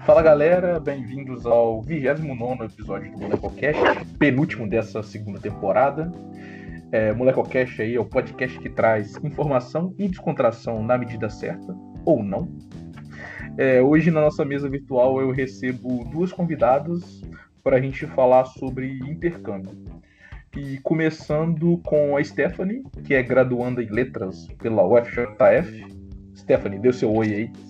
Fala galera, bem-vindos ao 29º episódio do Molecocast, penúltimo dessa segunda temporada. Molecocast aí é o podcast que traz informação e descontração na medida certa, ou não. Hoje na nossa mesa virtual eu recebo duas convidadas para a gente falar sobre intercâmbio. E começando com a Stephanie, que é graduanda em letras pela UFJF. Stephanie, dê o seu oi aí.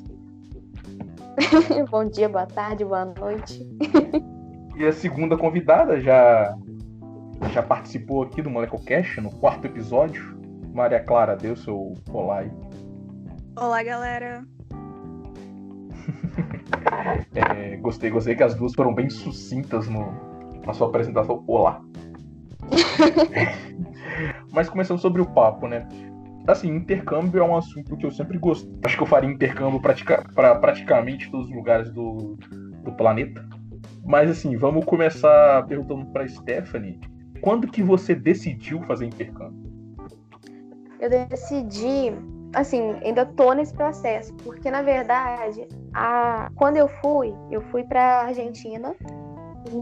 Bom dia, boa tarde, boa noite. E a segunda convidada já participou aqui do Molecocast no 4º episódio. Maria Clara, dê o seu olá aí. Olá, galera. Gostei que as duas foram bem sucintas na sua apresentação. Olá. Mas começando sobre o papo, né? Assim, intercâmbio é um assunto que eu sempre gostei. Acho que eu faria intercâmbio para praticamente todos os lugares do planeta. Mas assim, vamos começar perguntando para Stephanie. Quando que você decidiu fazer intercâmbio? Eu decidi, assim, ainda tô nesse processo, porque na verdade, quando eu fui para Argentina em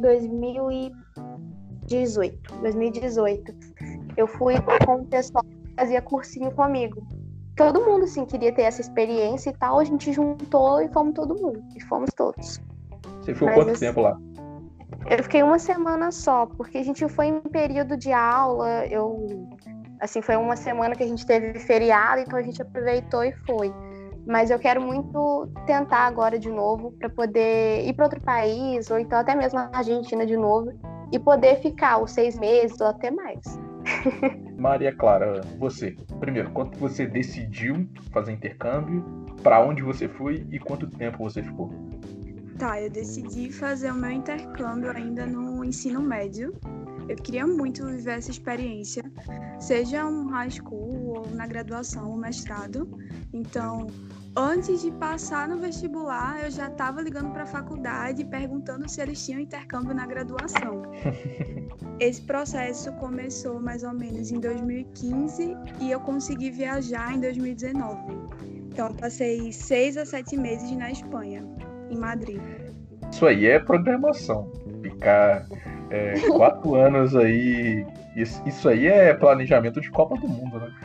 2018. Eu fui com o pessoal que fazia cursinho comigo. Todo mundo, assim, queria ter essa experiência e tal. A gente juntou e fomos todo mundo. E fomos todos. Você ficou quanto tempo lá? Eu fiquei uma semana só, porque a gente foi em período de aula. Foi uma semana que a gente teve feriado, então a gente aproveitou e foi. Mas eu quero muito tentar agora de novo para poder ir para outro país, ou então até mesmo na Argentina de novo, e poder ficar os 6 meses ou até mais. Maria Clara, você, primeiro, quando você decidiu fazer intercâmbio, para onde você foi e quanto tempo você ficou? Tá, eu decidi fazer o meu intercâmbio ainda no ensino médio. Eu queria muito viver essa experiência, seja um high school ou na graduação ou mestrado. Então, antes de passar no vestibular, eu já estava ligando para a faculdade perguntando se eles tinham intercâmbio na graduação. Esse processo começou mais ou menos em 2015 e eu consegui viajar em 2019. Então, eu passei 6 a 7 meses na Espanha, em Madrid. Isso aí é programação. Ficar 4 anos aí... Isso aí é planejamento de Copa do Mundo, né?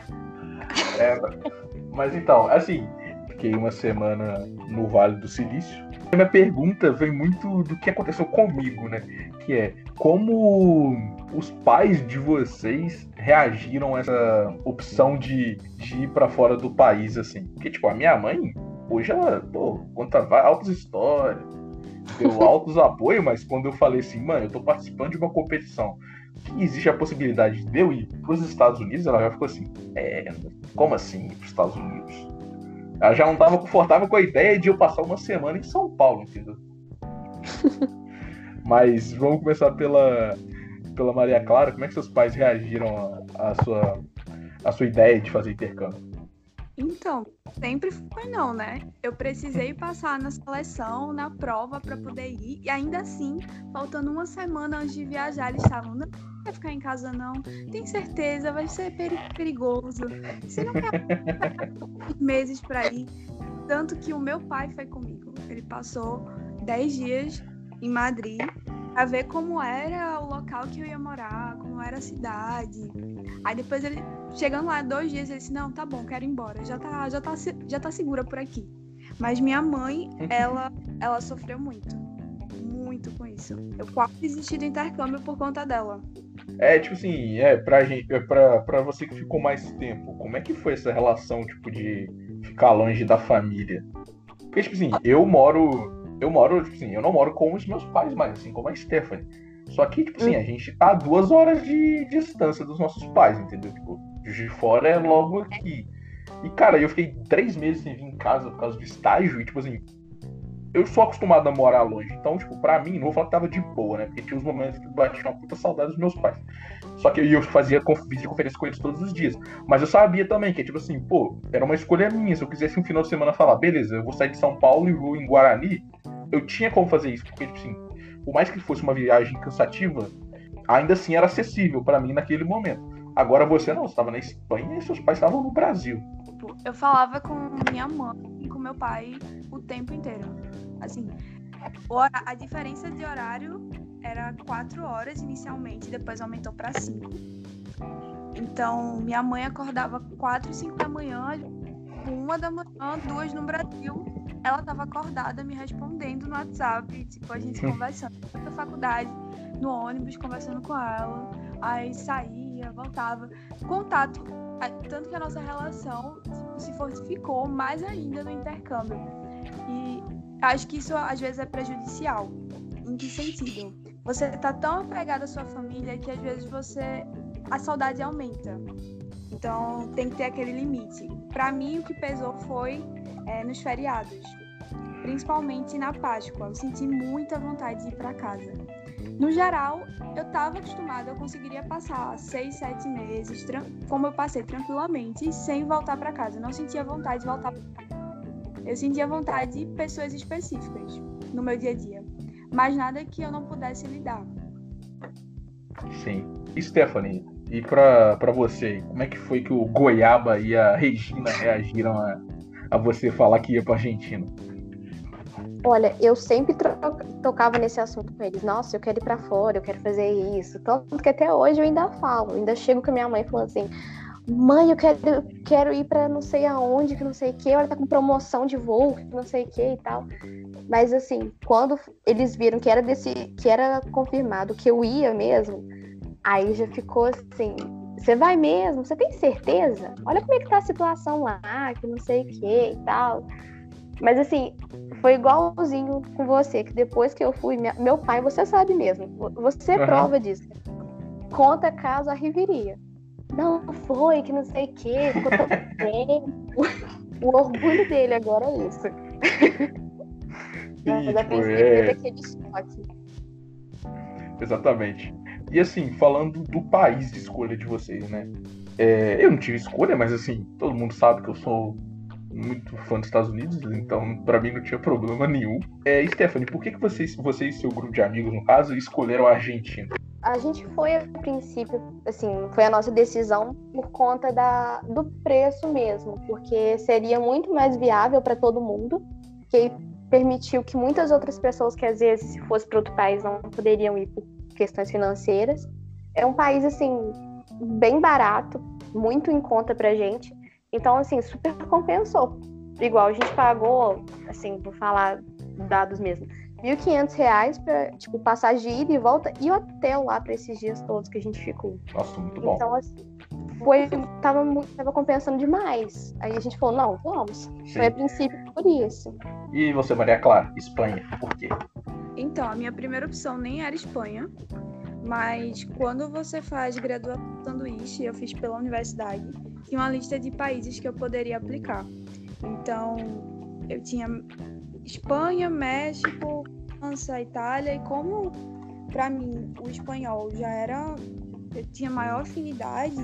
Mas então, assim... Fiquei uma semana no Vale do Silício. A minha pergunta vem muito do que aconteceu comigo, né? Que é como os pais de vocês reagiram a essa opção de ir pra fora do país, assim. Porque, tipo, a minha mãe, hoje ela, conta altas histórias, deu altos apoios, mas quando eu falei assim, mano, eu tô participando de uma competição que existe a possibilidade de eu ir pros Estados Unidos, ela já ficou assim, como assim ir pros Estados Unidos? Ela já não estava confortável com a ideia de eu passar uma semana em São Paulo, entendeu? Mas vamos começar pela Maria Clara. Como é que seus pais reagiram à sua ideia de fazer intercâmbio? Então, sempre foi não, né? Eu precisei passar na seleção, na prova para poder ir. E ainda assim, faltando uma semana antes de viajar, eles estavam, não vai ficar em casa não, tem certeza, vai ser perigoso. Você não quer meses para ir. Tanto que o meu pai foi comigo. Ele passou 10 dias em Madrid para ver como era o local que eu ia morar, como era a cidade. Aí depois ele, chegando lá 2 dias, ele disse, não, tá bom, quero ir embora, já tá segura por aqui. Mas minha mãe, ela sofreu muito com isso. Eu quase desisti do intercâmbio por conta dela. Tipo assim, pra gente, pra você que ficou mais tempo, como é que foi essa relação, tipo, de ficar longe da família? Porque, tipo assim, eu tipo assim, eu não moro com os meus pais mais, assim, como a Stephanie. Só que, tipo assim, a gente tá a 2 horas de distância dos nossos pais, entendeu? Tipo, de fora é logo aqui. E, cara, eu fiquei 3 meses sem vir em casa por causa do estágio e, tipo assim, eu sou acostumado a morar longe. Então, tipo, pra mim, não vou falar que tava de boa, né? Porque tinha uns momentos que batia uma puta saudade dos meus pais. Só que eu fazia videoconferência com eles todos os dias. Mas eu sabia também que, tipo assim, era uma escolha minha. Se eu quisesse um final de semana falar, beleza, eu vou sair de São Paulo e vou em Guarani, eu tinha como fazer isso. Porque, tipo assim, por mais que fosse uma viagem cansativa, ainda assim era acessível pra mim naquele momento. Agora você não, você estava na Espanha e seus pais estavam no Brasil. Eu falava com minha mãe e com meu pai o tempo inteiro. Assim, A diferença de horário era 4 horas inicialmente, depois aumentou para 5. Então, minha mãe acordava 4 e 5 da manhã, 1 da manhã, 2 no Brasil. Ela estava acordada me respondendo no WhatsApp, tipo, a gente conversando na faculdade, no ônibus, conversando com ela. Aí saía, voltava. Contato, tanto que a nossa relação se fortificou mais ainda no intercâmbio. E acho que isso às vezes é prejudicial. Em que sentido? Você tá tão apegado à sua família que às vezes a saudade aumenta. Então tem que ter aquele limite. Para mim o que pesou foi nos feriados, principalmente na Páscoa. Eu senti muita vontade de ir para casa. No geral, eu estava acostumada, eu conseguiria passar 6, 7 meses, como eu passei tranquilamente, sem voltar para casa. Eu não sentia vontade de voltar para casa. Eu sentia vontade de pessoas específicas no meu dia a dia, mas nada que eu não pudesse lidar. Sim. E Stephanie, e pra você, como é que foi que o Goiaba e a Regina reagiram a você falar que ia pra Argentina? Olha, eu sempre tocava nesse assunto com eles. Nossa, eu quero ir pra fora, eu quero fazer isso. Tanto que até hoje eu ainda falo. Eu ainda chego com a minha mãe falando assim: mãe, eu quero ir pra não sei aonde, que não sei o que. Ela tá com promoção de voo, que não sei o que e tal. Mas assim, quando eles viram que era confirmado que eu ia mesmo, aí já ficou assim: você vai mesmo? Você tem certeza? Olha como é que tá a situação lá, que não sei o que e tal. Mas assim, foi igualzinho com você, que depois que eu fui, meu pai, você sabe mesmo, você é prova disso. Conta caso a riveria. Não foi, que não sei o que, ficou tanto tempo. O orgulho dele agora é isso. Mas a princípio teve aquele choque. Exatamente. E assim, falando do país de escolha de vocês, né? Eu não tive escolha, mas assim, todo mundo sabe que eu sou muito fã dos Estados Unidos, então pra mim não tinha problema nenhum. Stephanie, por que você e seu grupo de amigos, no caso, escolheram a Argentina? A gente foi, a princípio, assim, foi a nossa decisão por conta do preço mesmo, porque seria muito mais viável para todo mundo, que permitiu que muitas outras pessoas que às vezes, se fosse para outro país, não poderiam ir por questões financeiras. É um país, assim, bem barato, muito em conta pra gente. Então, assim, super compensou. Igual, a gente pagou, assim, vou falar dados mesmo, R$1.500 pra, tipo, passagem de ida e volta e hotel lá pra esses dias todos que a gente ficou. Nossa, muito bom. Então, assim, tava compensando demais. Aí a gente falou, não, vamos. Sim. Foi a princípio por isso. E você, Maria Clara, Espanha, por quê? Então, a minha primeira opção nem era Espanha, mas quando você faz graduação de sanduíche, eu fiz pela universidade, tinha uma lista de países que eu poderia aplicar. Então, eu tinha Espanha, México, França, Itália, e como para mim o espanhol eu tinha maior afinidade,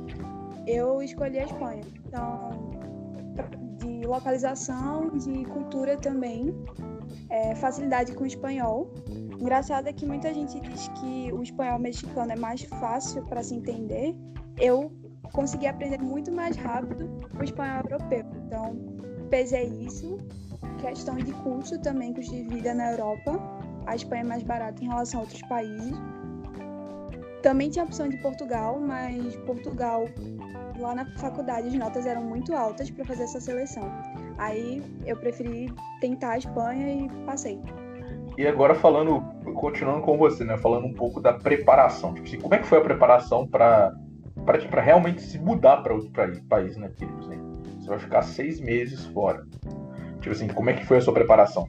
eu escolhi a Espanha. Então, de localização, de cultura também, facilidade com o espanhol. Engraçado é que muita gente diz que o espanhol mexicano é mais fácil para se entender. Eu consegui aprender muito mais rápido o espanhol europeu. Então, pesei isso. Questão de custo também, custo de vida na Europa. A Espanha é mais barata em relação a outros países. Também tinha a opção de Portugal, mas Portugal, lá na faculdade, as notas eram muito altas para fazer essa seleção. Aí eu preferi tentar a Espanha e passei. E agora continuando com você, né? Falando um pouco da preparação. Tipo assim, como é que foi a preparação para realmente se mudar para outro país, né? Tipo assim, você vai ficar 6 meses fora. Tipo assim, como é que foi a sua preparação?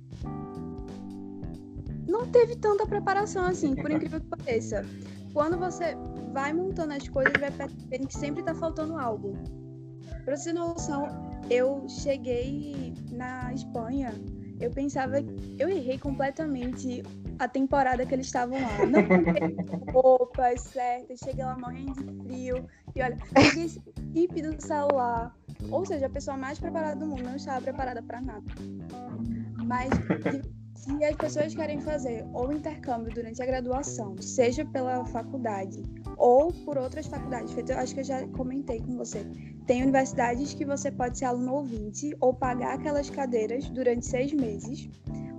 Não teve tanta preparação assim, por incrível que pareça. Quando você vai montando as coisas, vai percebendo que sempre tá faltando algo. Pra você ter noção, eu cheguei na Espanha, eu pensava que eu errei completamente a temporada que eles estavam lá. Não comprei roupas certas, cheguei lá morrendo de frio. E olha, peguei esse chip do celular. Ou seja, a pessoa mais preparada do mundo não estava preparada para nada. Mas se as pessoas querem fazer ou intercâmbio durante a graduação, seja pela faculdade ou por outras faculdades, eu acho que eu já comentei com você, tem universidades que você pode ser aluno ouvinte ou pagar aquelas cadeiras durante 6 meses,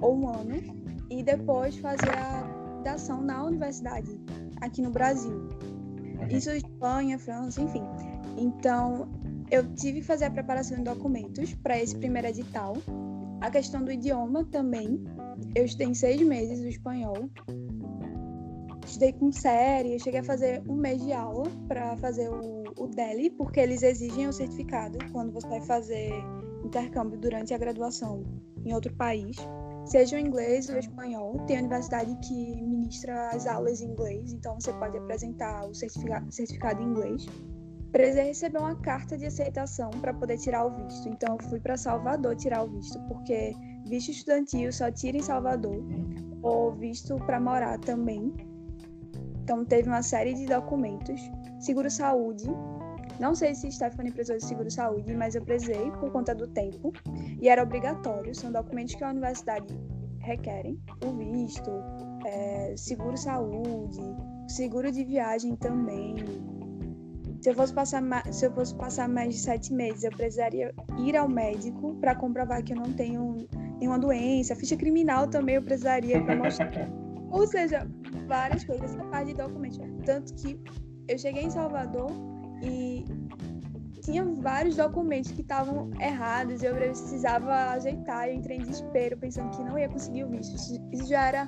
ou um ano, e depois fazer a graduação na universidade, aqui no Brasil. Isso Espanha, França, enfim. Então, eu tive que fazer a preparação de documentos para esse primeiro edital. A questão do idioma também. Eu estudei em 6 meses o espanhol. Estudei com série, eu cheguei a fazer 1 mês de aula para fazer o DELI, porque eles exigem o certificado quando você vai fazer intercâmbio durante a graduação em outro país. Seja o inglês ou o espanhol, tem universidade que ministra as aulas em inglês, então você pode apresentar o certificado em inglês. Precisei receber uma carta de aceitação para poder tirar o visto, então eu fui para Salvador tirar o visto, porque visto estudantil só tira em Salvador, ou visto para morar também. Então teve uma série de documentos, seguro-saúde. Não sei se Stephanie precisou de seguro-saúde, mas eu precisei por conta do tempo. E era obrigatório, são documentos que a universidade requerem. O visto, seguro-saúde, seguro de viagem também. Se eu fosse passar mais de 7 meses, eu precisaria ir ao médico para comprovar que eu não tenho nenhuma doença. Ficha criminal também eu precisaria para mostrar. Ou seja, várias coisas, essa parte de documentos. Tanto que eu cheguei em Salvador e tinha vários documentos que estavam errados, eu precisava ajeitar, eu entrei em desespero, pensando que não ia conseguir o visto. Isso já era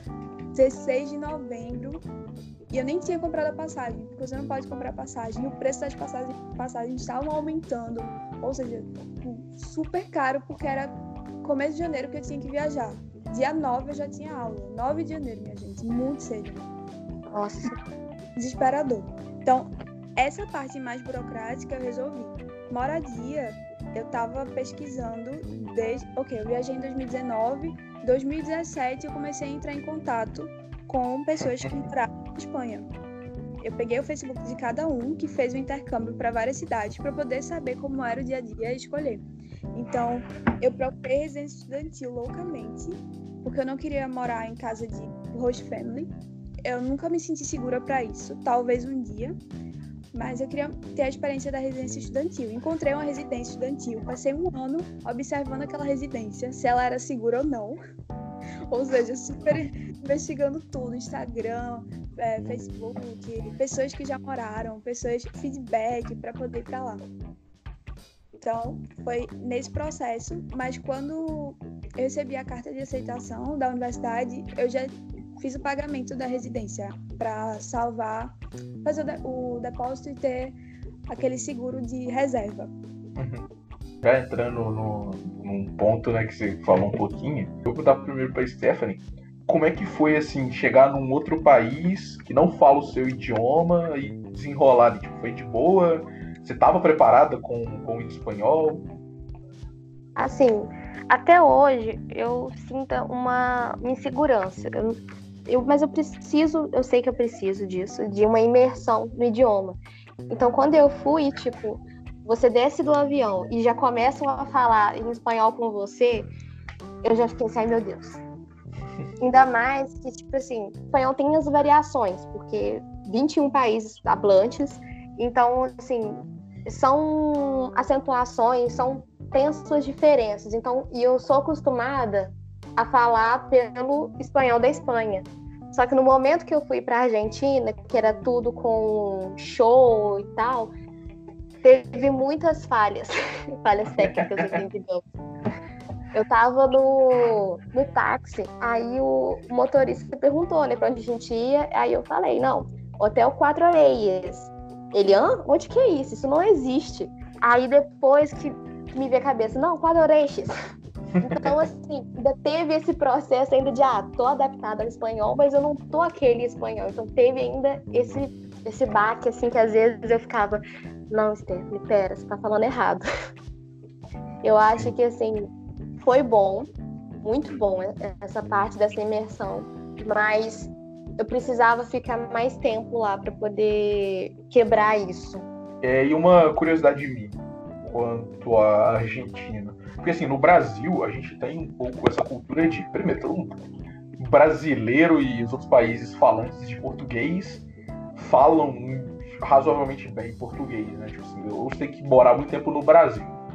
16 de novembro e eu nem tinha comprado a passagem, porque você não pode comprar passagem, e o preço das passagens estavam aumentando, ou seja, super caro, porque era começo de janeiro que eu tinha que viajar. Dia 9 eu já tinha aula, 9 de janeiro, minha gente, muito cedo. Nossa. Desesperador. Então, essa parte mais burocrática eu resolvi. Moradia, eu tava pesquisando eu viajei em 2019, 2017 eu comecei a entrar em contato com pessoas que moravam na Espanha. Eu peguei o Facebook de cada um que fez o intercâmbio para várias cidades para poder saber como era o dia a dia e escolher. Então, eu procurei residência estudantil loucamente, porque eu não queria morar em casa de host family. Eu nunca me senti segura para isso, talvez um dia, mas eu queria ter a experiência da residência estudantil. Encontrei uma residência estudantil, passei 1 ano observando aquela residência, se ela era segura ou não. Ou seja, super investigando tudo, Instagram, Facebook, pessoas que já moraram, feedback para poder ir para lá. Então, foi nesse processo, mas quando eu recebi a carta de aceitação da universidade, eu já fiz o pagamento da residência para salvar, fazer o depósito e ter aquele seguro de reserva. Já entrando num ponto, né, que você falou um pouquinho, eu vou dar primeiro para Stephanie. Como é que foi, assim, chegar num outro país que não fala o seu idioma e desenrolar? Tipo, foi de boa? Você estava preparada com o espanhol? Assim, até hoje eu sinto uma insegurança. Mas eu sei que eu preciso disso, de uma imersão no idioma. Então, quando eu fui, tipo, você desce do avião e já começam a falar em espanhol com você, eu já fiquei assim, ai meu Deus. Ainda mais que, tipo assim, o espanhol tem as variações, porque 21 países falantes, então, assim, são acentuações, tem as suas diferenças. Então, e eu sou acostumada a falar pelo espanhol da Espanha. Só que no momento que eu fui pra Argentina, que era tudo com show e tal, teve muitas falhas técnicas, assim, digamos. Eu tava no táxi, aí o motorista perguntou, né, pra onde a gente ia, aí eu falei, não, Hotel 4 Areias. Ele, onde que é isso? Isso não existe. Aí depois que me veio a cabeça, não, 4 Oreias. Então, assim, ainda teve esse processo ainda de, tô adaptada ao espanhol, mas eu não tô aquele espanhol. Então teve ainda esse baque, assim, que às vezes eu ficava, não, Stephanie, pera, você tá falando errado. Eu acho que, assim, foi bom, muito bom essa parte dessa imersão, mas eu precisava ficar mais tempo lá para poder quebrar isso. E uma curiosidade minha quanto à Argentina. Porque assim, no Brasil a gente tem um pouco essa cultura de, primeiro, todo mundo brasileiro e os outros países falantes de português falam razoavelmente bem português, né? Tipo assim, eu tenho que morar muito tempo no Brasil.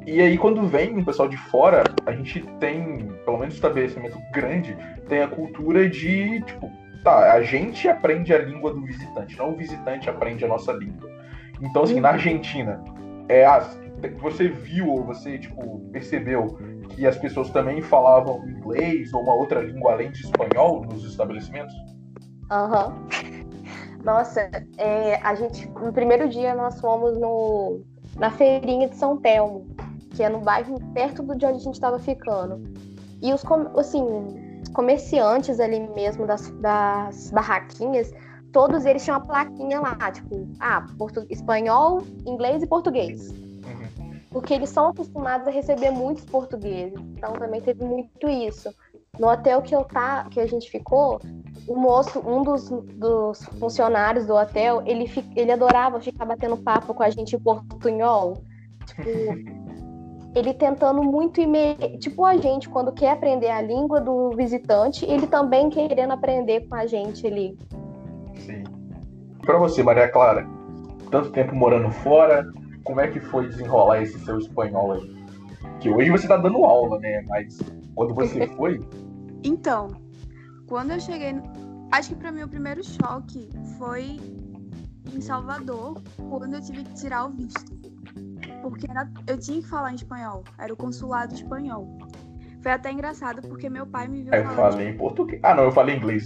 E aí, quando vem um pessoal de fora, a gente tem, pelo menos um estabelecimento grande, tem a cultura de, tipo, tá, a gente aprende a língua do visitante, não o visitante aprende a nossa língua. Então, assim, na Argentina, você viu ou você, tipo, percebeu que as pessoas também falavam inglês ou uma outra língua além de espanhol nos estabelecimentos? Aham. Nossa, a gente, no primeiro dia nós fomos na feirinha de São Telmo, que é no bairro perto de onde a gente estava ficando. E os comerciantes ali mesmo das barraquinhas, todos eles tinham uma plaquinha lá, tipo, espanhol, inglês e português. Porque eles são acostumados a receber muitos portugueses. Então também teve muito isso. No hotel que a gente ficou, o moço, um dos funcionários do hotel, ele adorava ficar batendo papo com a gente em portunhol. Tipo, ele tentando muito tipo a gente, quando quer aprender a língua do visitante, ele também querendo aprender com a gente ali. Sim. Pra você, Maria Clara, tanto tempo morando fora, como é que foi desenrolar esse seu espanhol aí? Que hoje você tá dando aula, né? Mas quando você foi... Então, quando eu cheguei... Acho que pra mim o primeiro choque foi em Salvador, quando eu tive que tirar o visto. Porque eu tinha que falar em espanhol. Era o consulado espanhol. Foi até engraçado, porque meu pai me viu Eu falei em português. Ah, não, eu falei inglês.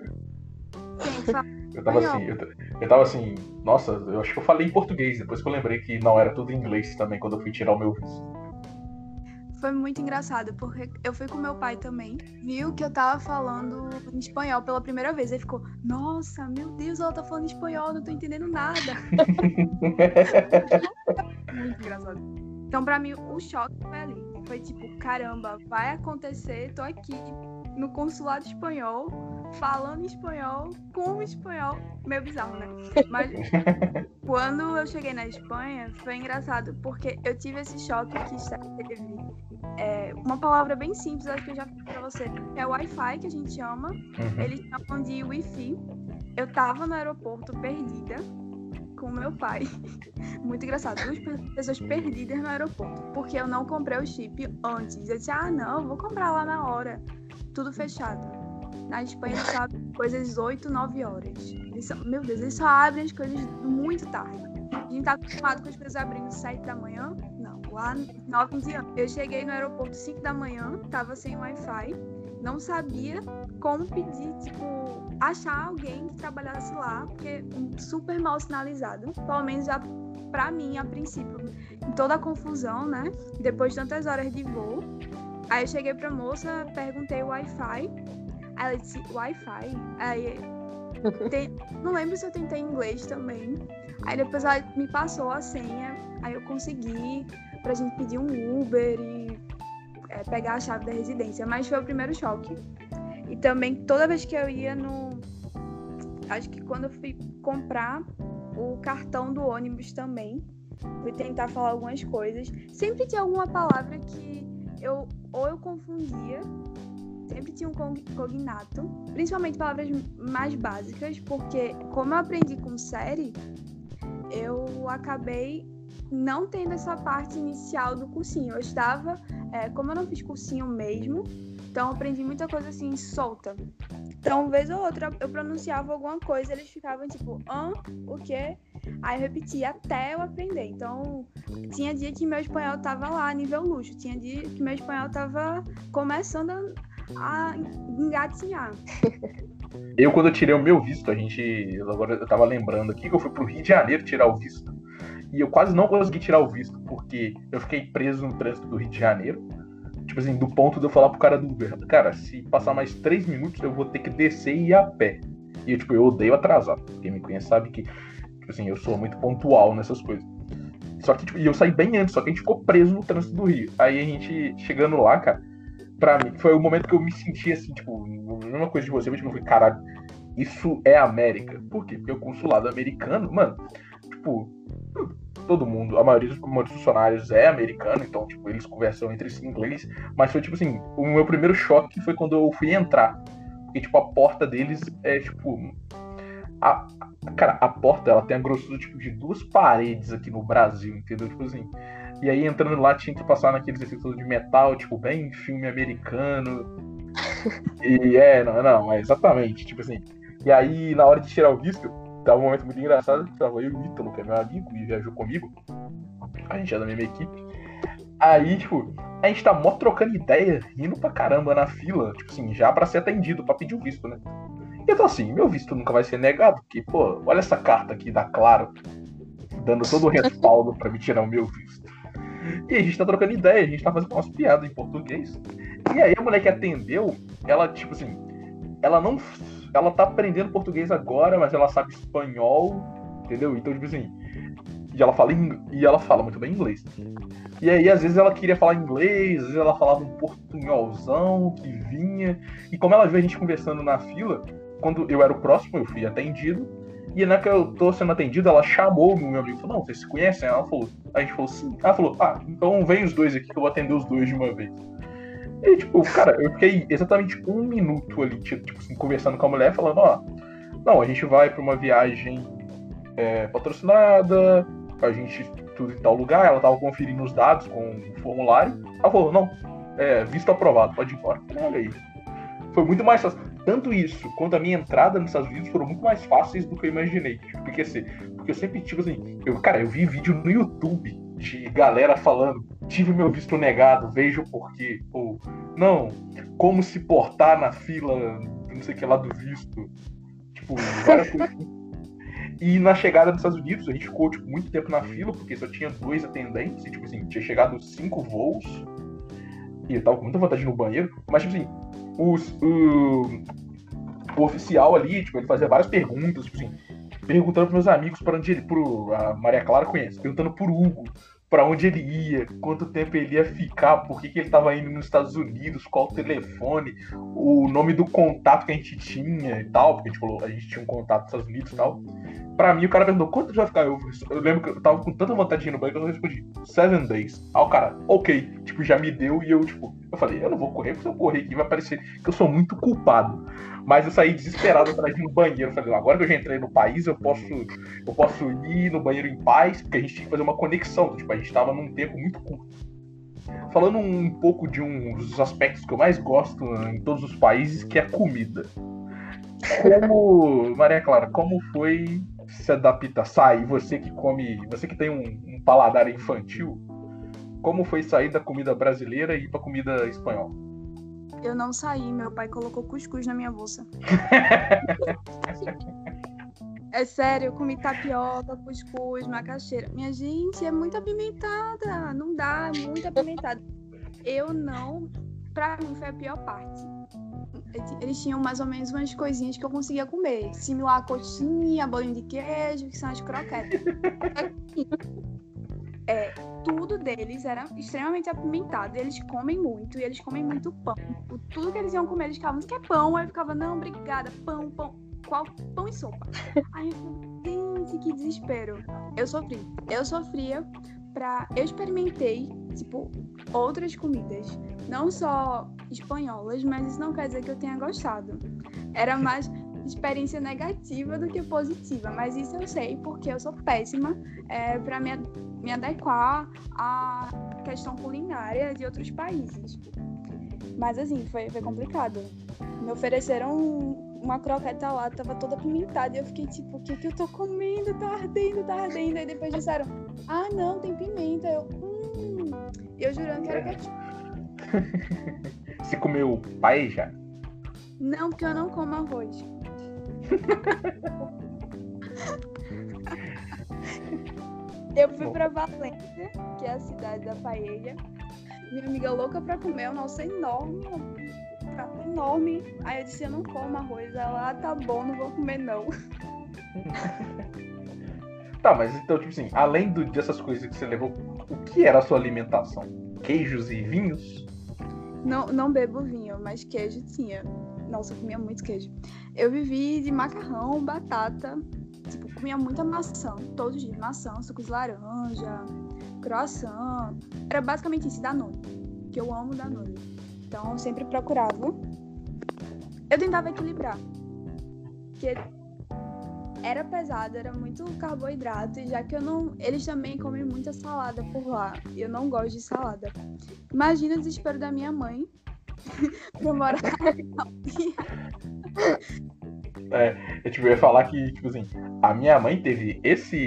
Eu tava assim, nossa, eu acho que eu falei em português, depois que eu lembrei que não, era tudo em inglês também, quando eu fui tirar o meu visto. Foi muito engraçado, porque eu fui com meu pai também, viu que eu tava falando em espanhol pela primeira vez, ele ficou, nossa, meu Deus, ela tá falando espanhol, não tô entendendo nada. Muito engraçado. Então, pra mim, o choque foi ali. Foi tipo, caramba, vai acontecer, tô aqui no consulado espanhol, falando espanhol, com espanhol. Meio bizarro, né? Mas quando eu cheguei na Espanha, foi engraçado, porque eu tive esse choque que teve uma palavra bem simples, acho que eu já falei pra você, que é Wi-Fi, que a gente chama. Eles chamam de Wi-Fi. Eu tava no aeroporto perdida com meu pai. Muito engraçado, 2 pessoas perdidas no aeroporto, porque eu não comprei o chip antes. Eu disse, não, vou comprar lá na hora. Tudo fechado. Na Espanha eles só abrem coisas 8, 9 horas. Meu Deus, eles só abrem as coisas muito tarde. A gente tá acostumado com as coisas abrindo 7 da manhã. Não, lá 9 dias. Eu cheguei no aeroporto 5 da manhã, tava sem Wi-Fi. Não sabia como pedir, achar alguém que trabalhasse lá, porque super mal sinalizado. Pelo menos já pra mim, a princípio. Em toda a confusão, né? Depois de tantas horas de voo. Aí eu cheguei pra moça, perguntei o Wi-Fi. Aí ela disse, Wi-Fi? Aí não lembro se eu tentei em inglês também. Aí depois ela me passou a senha. Aí eu consegui pra gente pedir um Uber e pegar a chave da residência. Mas foi o primeiro choque. E também toda vez que eu ia acho que quando eu fui comprar o cartão do ônibus também, fui tentar falar algumas coisas. Sempre tinha alguma palavra que eu confundia. Sempre tinha um cognato, principalmente palavras mais básicas, porque como eu aprendi com série, eu acabei não tendo essa parte inicial do cursinho. Eu estava, como eu não fiz cursinho mesmo, então eu aprendi muita coisa assim, solta. Então, uma vez ou outra, eu pronunciava alguma coisa, eles ficavam tipo, o quê? Aí eu repetia até eu aprender. Então, tinha dia que meu espanhol tava lá, nível luxo. Tinha dia que meu espanhol tava começando a engatinhar. Quando eu tirei o meu visto, agora eu tava lembrando aqui que eu fui pro Rio de Janeiro tirar o visto. E eu quase não consegui tirar o visto, porque eu fiquei preso no trânsito do Rio de Janeiro. Tipo assim, do ponto de eu falar pro cara do Uber, cara, se passar mais 3 minutos, eu vou ter que descer e ir a pé. E eu odeio atrasar. Quem me conhece sabe que, tipo assim, eu sou muito pontual nessas coisas. Só que, e eu saí bem antes, só que a gente ficou preso no trânsito do Rio. Aí a gente, chegando lá, cara, pra mim, foi o momento que eu me senti assim, tipo, a mesma coisa de você, mas tipo, eu falei, caralho, isso é América. Por quê? Porque o consulado americano, mano, tipo, todo mundo, a maioria dos funcionários é americano, então, tipo, eles conversam entre si em inglês, mas foi, tipo assim, o meu primeiro choque foi quando eu fui entrar, porque, tipo, a porta deles é, tipo, cara, a porta, ela tem a grossura, tipo, de 2 paredes aqui no Brasil, entendeu? Tipo assim, E aí entrando lá tinha que passar naqueles efeitos de metal, tipo, bem filme americano. E não, é exatamente, tipo assim. E aí, na hora de tirar o visto, tava um momento muito engraçado, tava eu e o Ítalo, que é meu amigo, e viajou comigo. A gente é da mesma equipe. Aí, tipo, a gente tá mó trocando ideia, rindo pra caramba na fila, tipo assim, já pra ser atendido, pra pedir o visto, né? E eu tô assim, meu visto nunca vai ser negado, porque, pô, olha essa carta aqui da Claro, dando todo o respaldo pra me tirar o meu visto. E a gente tá trocando ideia, a gente tá fazendo umas piadas em português. E aí a mulher que atendeu, ela, tipo assim, ela não. Ela tá aprendendo português agora, mas ela sabe espanhol, entendeu? Então, tipo assim. E ela fala muito bem inglês. E aí, às vezes, ela queria falar inglês, às vezes ela falava um portunholzão que vinha. E como ela viu a gente conversando na fila, quando eu era o próximo, eu fui atendido. E na que eu tô sendo atendido, ela chamou o meu amigo e falou, não, vocês se conhecem? Ela falou, a gente falou, sim. Ela falou, então vem os dois aqui que eu vou atender os dois de uma vez. E, tipo, cara, eu fiquei exatamente 1 minuto ali, tipo assim, conversando com a mulher, falando, não, a gente vai pra uma viagem patrocinada, a gente tudo em tal lugar, ela tava conferindo os dados com o formulário, ela falou, não, visto aprovado, pode ir embora. Olha aí. Foi muito mais fácil. Tanto isso quanto a minha entrada nos Estados Unidos foram muito mais fáceis do que eu imaginei. Porque eu sempre, tipo assim, eu vi vídeo no YouTube de galera falando, tive meu visto negado, vejo o porquê. Ou, não, como se portar na fila, não sei o que lá do visto. Tipo, várias coisas. E na chegada nos Estados Unidos, a gente ficou tipo, muito tempo na fila, porque só tinha 2 atendentes, e tipo assim, tinha chegado 5 voos. E eu tava com muita vontade de ir no banheiro, mas tipo assim, o oficial ali, tipo, ele fazia várias perguntas, tipo assim, perguntando pros meus amigos para onde ele, a Maria Clara conhece, perguntando por Hugo, para onde ele ia, quanto tempo ele ia ficar, por que ele tava indo nos Estados Unidos, qual o telefone, o nome do contato que a gente tinha e tal, porque a gente tinha um contato nos Estados Unidos e tal. Pra mim, o cara perguntou, quanto vai ficar? Eu lembro que eu tava com tanta vontade de ir no banco que eu respondi, 7 days. Aí o cara, ok, tipo, já me deu e eu falei, eu não vou correr, porque se eu correr aqui vai parecer que eu sou muito culpado. Mas eu saí desesperado atrás de um banheiro. Eu falei, agora que eu já entrei no país, eu posso ir no banheiro em paz, porque a gente tinha que fazer uma conexão. Tipo, a gente tava num tempo muito curto. Falando um pouco de um dos aspectos que eu mais gosto em todos os países, que é a comida. Maria Clara, como foi se adaptar, sair, você que tem um paladar infantil, como foi sair da comida brasileira e ir pra comida espanhola? Eu não saí, meu pai colocou cuscuz na minha bolsa. É sério, eu comi tapioca, cuscuz, macaxeira. Minha gente, é muito apimentada, não dá, é muito apimentada. Pra mim foi a pior parte. Eles tinham mais ou menos umas coisinhas que eu conseguia comer, similar a coxinha, bolinho de queijo, que são as croquetas. Tudo deles era extremamente apimentado, eles comem muito, e eles comem muito pão. Tudo que eles iam comer, eles ficavam, você quer pão? Aí eu ficava, não, obrigada, pão. Qual? Pão e sopa. Aí eu falei, gente, que desespero. Eu sofria eu experimentei, tipo, outras comidas, não só espanholas, mas isso não quer dizer que eu tenha gostado. Era mais experiência negativa do que positiva, mas isso eu sei porque eu sou péssima para me adequar à questão culinária de outros países. Mas assim, foi complicado. Me ofereceram uma croqueta lá, tava toda apimentada, e eu fiquei tipo, o que eu tô comendo? Tá ardendo. Aí depois disseram, não, tem pimenta. Eu jurando que era ketchup. Você comeu paella? Não, porque eu não como arroz. Eu fui pra Valência, que é a cidade da paella. Minha amiga louca pra comer, um nosso enorme, um prato enorme. Aí eu disse, eu não como arroz. Ela, tá bom, não vou comer não. Tá, mas então, tipo assim, além dessas coisas que você levou, o que era a sua alimentação? Queijos e vinhos? Não bebo vinho, mas queijo tinha. Nossa, eu comia muito queijo. Eu vivi de macarrão, batata, tipo, comia muita maçã, todos os dias, maçã, suco de laranja, croissant. Era basicamente isso, Danone, que eu amo Danone. Então, eu sempre procurava. Eu tentava equilibrar, porque era pesado, era muito carboidrato, e já que eu não. Eles também comem muita salada por lá. E eu não gosto de salada. Imagina o desespero da minha mãe pra eu morar Eu ia falar que, tipo assim, a minha mãe teve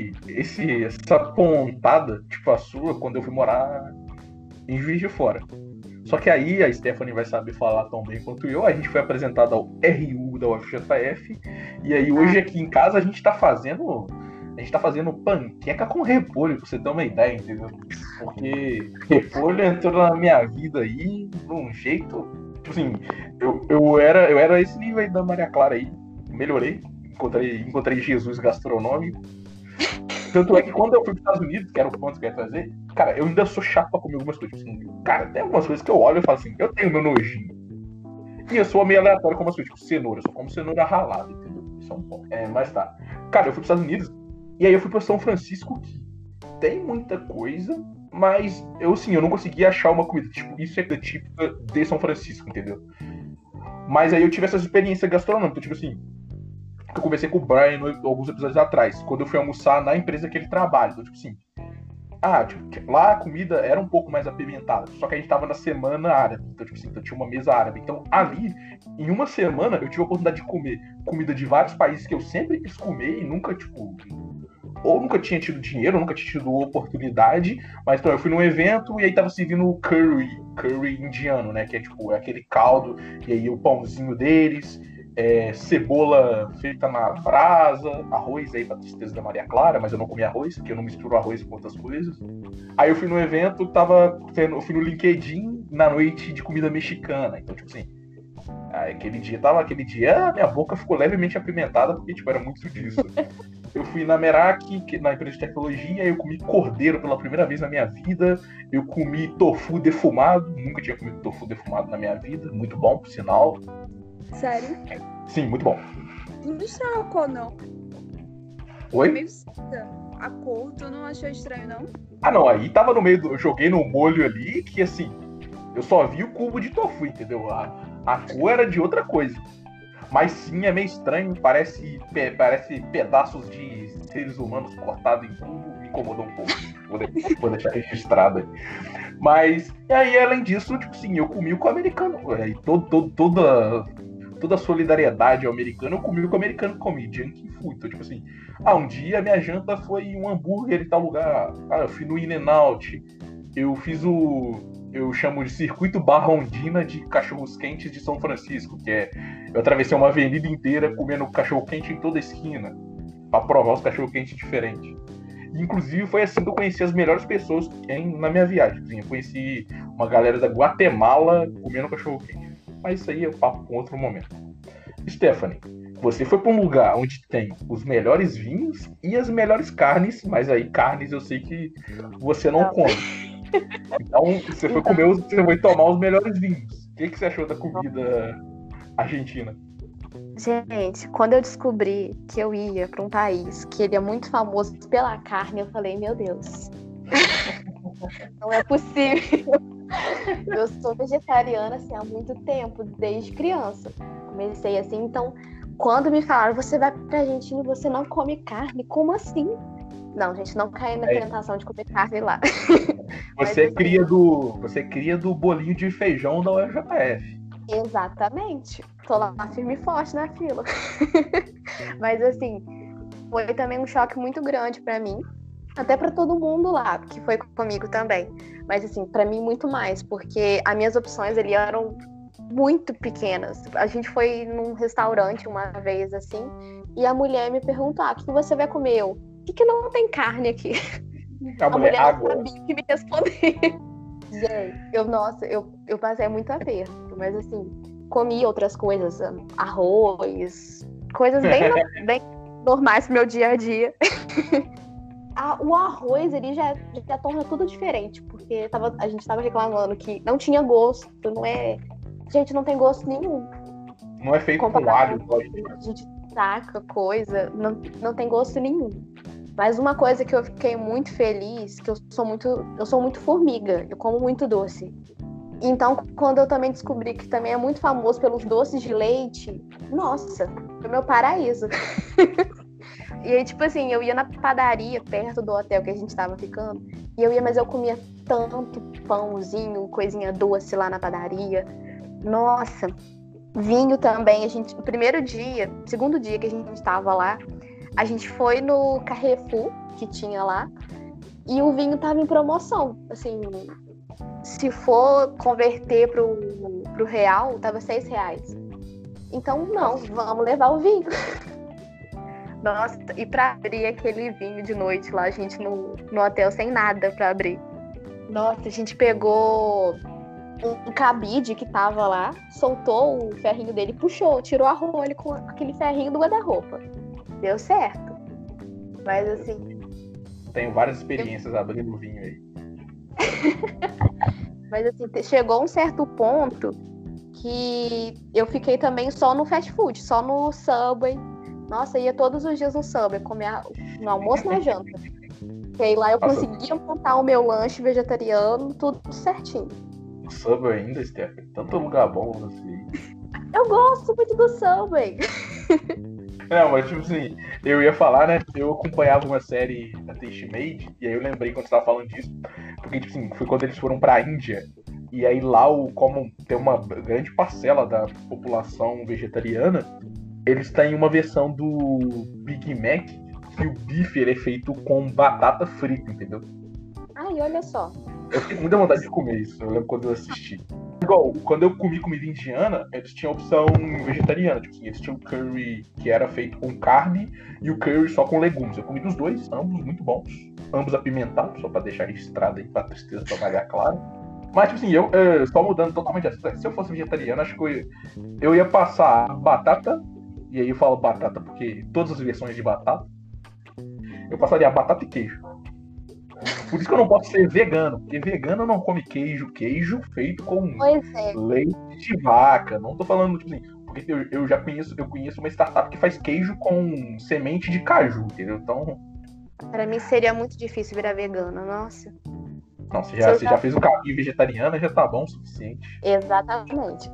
essa pontada, tipo a sua, quando eu fui morar em Juiz de Fora. Só que aí a Stephanie vai saber falar tão bem quanto eu. A gente foi apresentado ao RU da UFJF. E aí hoje aqui em casa a gente tá fazendo panqueca com repolho, pra você ter uma ideia, entendeu? Porque repolho entrou na minha vida aí de um jeito. Tipo assim, eu era esse nível aí da Maria Clara aí. Melhorei. Encontrei Jesus gastronômico. Tanto é que quando eu fui para os Estados Unidos, que era o ponto que eu ia trazer, cara, eu ainda sou chato pra comer algumas coisas. Assim, cara, tem algumas coisas que eu olho e falo assim, eu tenho meu nojinho. E eu sou meio aleatório com umas coisas, tipo cenoura. Eu só como cenoura ralada, entendeu? Isso é um ponto. Mas tá. Cara, eu fui para os Estados Unidos, e aí eu fui para São Francisco, que tem muita coisa, mas eu não consegui achar uma comida. Tipo, isso é típica de São Francisco, entendeu? Mas aí eu tive essa experiência gastronômica, tipo assim, eu conversei com o Brian alguns episódios atrás, quando eu fui almoçar na empresa que ele trabalha. Então, tipo assim, lá a comida era um pouco mais apimentada, só que a gente tava na semana árabe, então, tipo assim, tinha uma mesa árabe. Então, ali, em uma semana, eu tive a oportunidade de comer comida de vários países que eu sempre quis comer e nunca, ou nunca tinha tido dinheiro, ou nunca tinha tido oportunidade. Mas então eu fui num evento e aí tava servindo curry indiano, né? Que é tipo aquele caldo, e aí o pãozinho deles, cebola feita na brasa, arroz aí pra tristeza da Maria Clara, mas eu não comi arroz, porque eu não misturo arroz com outras coisas. Aí eu fui no evento, eu fui no LinkedIn na noite de comida mexicana. Então, tipo assim, aquele dia minha boca ficou levemente apimentada, porque tipo, era muito disso. Eu fui na Meraki, na empresa de tecnologia, eu comi cordeiro pela primeira vez na minha vida. Eu comi tofu defumado, nunca tinha comido tofu defumado na minha vida. Muito bom, por sinal. Sério? Sim, muito bom. Não estranhou a cor, não. Oi? Meio cinza. A cor, tu não achou estranho, não? Não, aí tava no meio eu joguei no molho ali, que assim, eu só vi o cubo de tofu, entendeu? A cor era de outra coisa. Mas sim, é meio estranho, parece pedaços de seres humanos cortados em cubo, me incomodou um pouco. Vou deixar registrado aí. Mas, e aí, além disso, tipo assim, eu comi com o americano. E toda a solidariedade ao americano, eu comi com o americano, comi junk food. Então, tipo assim, um dia minha janta foi um hambúrguer em tal lugar. Eu fui no In-N-Out. Eu chamo de circuito Barra Ondina de cachorros quentes de São Francisco, que eu atravessei uma avenida inteira comendo cachorro quente em toda esquina, pra provar os cachorro quentes diferentes. Inclusive foi assim que eu conheci as melhores pessoas na minha viagem. Eu conheci uma galera da Guatemala comendo cachorro quente. Mas isso aí é papo com outro momento. Stephanie, você foi para um lugar onde tem os melhores vinhos e as melhores carnes, mas aí carnes eu sei que você não come. Então, você foi tomar os melhores vinhos. O que você achou da comida argentina? Gente, quando eu descobri que eu ia para um país que ele é muito famoso pela carne, eu falei, meu Deus, não é possível. Eu sou vegetariana assim, há muito tempo, desde criança. Comecei assim, então, quando me falaram, você vai pra Argentina e você não come carne, como assim? Não, gente, não caí na tentação de comer carne lá. Você cria do bolinho de feijão da UFJF. Exatamente. Tô lá firme e forte na fila. Mas assim, foi também um choque muito grande pra mim. Até pra todo mundo lá, que foi comigo também. Mas assim, pra mim muito mais, porque as minhas opções ali eram muito pequenas. A gente foi num restaurante uma vez assim, e a mulher me perguntou, o que você vai comer? Eu, por que não tem carne aqui? A mulher não sabia o que me responder. Gente, eu passei muito aperto, mas assim, comi outras coisas, arroz, coisas bem normais pro meu dia a dia. O arroz, ele já torna tudo diferente, porque a gente tava reclamando que não tinha gosto, gente, não tem gosto nenhum. Não é feito com alho. A gente saca coisa, não tem gosto nenhum. Mas uma coisa que eu fiquei muito feliz, que eu sou muito formiga, eu como muito doce. Então, quando eu também descobri que também é muito famoso pelos doces de leite, nossa, foi meu paraíso. E aí, tipo assim, eu ia na padaria perto do hotel que a gente tava ficando. E eu ia, mas eu comia tanto pãozinho, coisinha doce lá na padaria. Nossa, vinho também. O primeiro dia, segundo dia que a gente tava lá, a gente foi no Carrefour que tinha lá. E o vinho tava em promoção. Assim, se for converter pro real, tava R$6. Então, não, vamos levar o vinho. Nossa, e pra abrir aquele vinho de noite lá, a gente no hotel sem nada pra abrir. Nossa, a gente pegou um cabide que tava lá, soltou o ferrinho dele, puxou, tirou a rolha com aquele ferrinho do guarda-roupa. Deu certo. Mas assim... Tenho várias experiências abrindo vinho aí. Mas assim, chegou um certo ponto que eu fiquei também só no fast food, só no Subway. Nossa, ia todos os dias no Subway, comer no almoço e na janta. E aí lá eu conseguia montar o meu lanche vegetariano, tudo certinho. O Subway ainda, Stephanie? Tanto lugar bom assim. Eu gosto muito do Subway. Não, mas tipo assim, eu ia falar, né? Eu acompanhava uma série da Taste Made, e aí eu lembrei quando você tava falando disso, porque, tipo assim, foi quando eles foram pra Índia, e aí lá, como tem uma grande parcela da população vegetariana, eles têm uma versão do Big Mac, que o bife ele é feito com batata frita, entendeu? Ai, olha só. Eu fiquei com muita vontade de comer isso, eu lembro quando eu assisti. Igual, quando eu comi comida indiana, eles tinham a opção vegetariana. Tipo assim, eles tinham curry que era feito com carne e o curry só com legumes. Eu comi dos dois, ambos muito bons. Ambos apimentados, só pra deixar registrado aí, pra tristeza trabalhar claro. Mas, tipo assim, eu só mudando totalmente de assunto. Se eu fosse vegetariano, acho que eu ia passar batata, e aí eu falo batata porque todas as versões de batata, eu passaria batata e queijo. Por isso que eu não posso ser vegano, porque vegano não come queijo feito com leite de vaca. Não tô falando, tipo assim, porque eu conheço uma startup que faz queijo com semente de caju, entendeu? Então... Pra mim seria muito difícil virar vegana, nossa. Não, você já fez o caminho vegetariano, já tá bom o suficiente. Exatamente.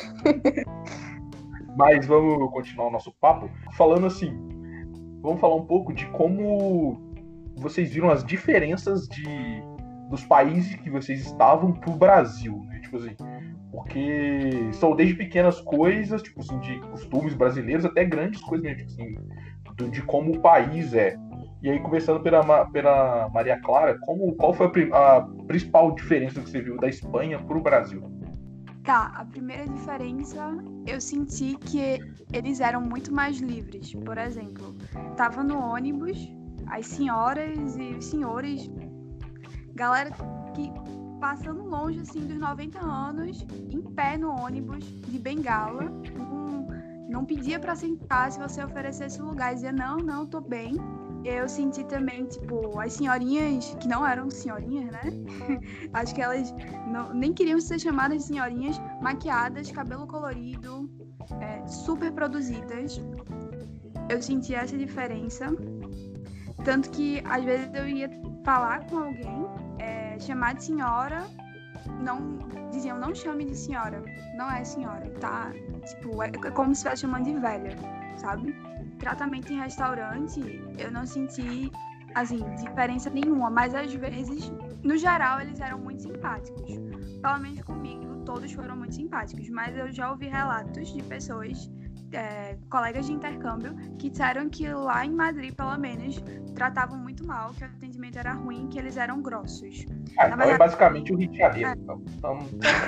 Mas vamos continuar o nosso papo falando assim, vamos falar um pouco de como vocês viram as diferenças dos países que vocês estavam pro Brasil, né? Tipo assim, porque são desde pequenas coisas, tipo assim, de costumes brasileiros até grandes coisas mesmo, tipo assim, de como o país é. E aí, começando pela Maria Clara, qual foi a principal diferença que você viu da Espanha pro Brasil? Tá, a primeira diferença, eu senti que eles eram muito mais livres. Por exemplo, tava no ônibus, as senhoras e os senhores, galera que passando longe assim dos 90 anos, em pé no ônibus, de bengala, não pedia pra sentar se você oferecesse o lugar, dizia não, tô bem. Eu senti também, tipo, as senhorinhas, que não eram senhorinhas, né? Acho que elas nem queriam ser chamadas de senhorinhas, maquiadas, cabelo colorido, super produzidas. Eu senti essa diferença. Tanto que, às vezes, eu ia falar com alguém, chamar de senhora, diziam, não chame de senhora, não é senhora, tá? Tipo, é como se estivesse chamando de velha, sabe? Tratamento em restaurante, eu não senti, assim, diferença nenhuma, mas às vezes, no geral, eles eram muito simpáticos. Pelo menos comigo, todos foram muito simpáticos, mas eu já ouvi relatos de pessoas, colegas de intercâmbio, que disseram que lá em Madrid, pelo menos, tratavam muito mal, que o atendimento era ruim, que eles eram grossos. Então verdade... é basicamente o Rio de Janeiro. Então...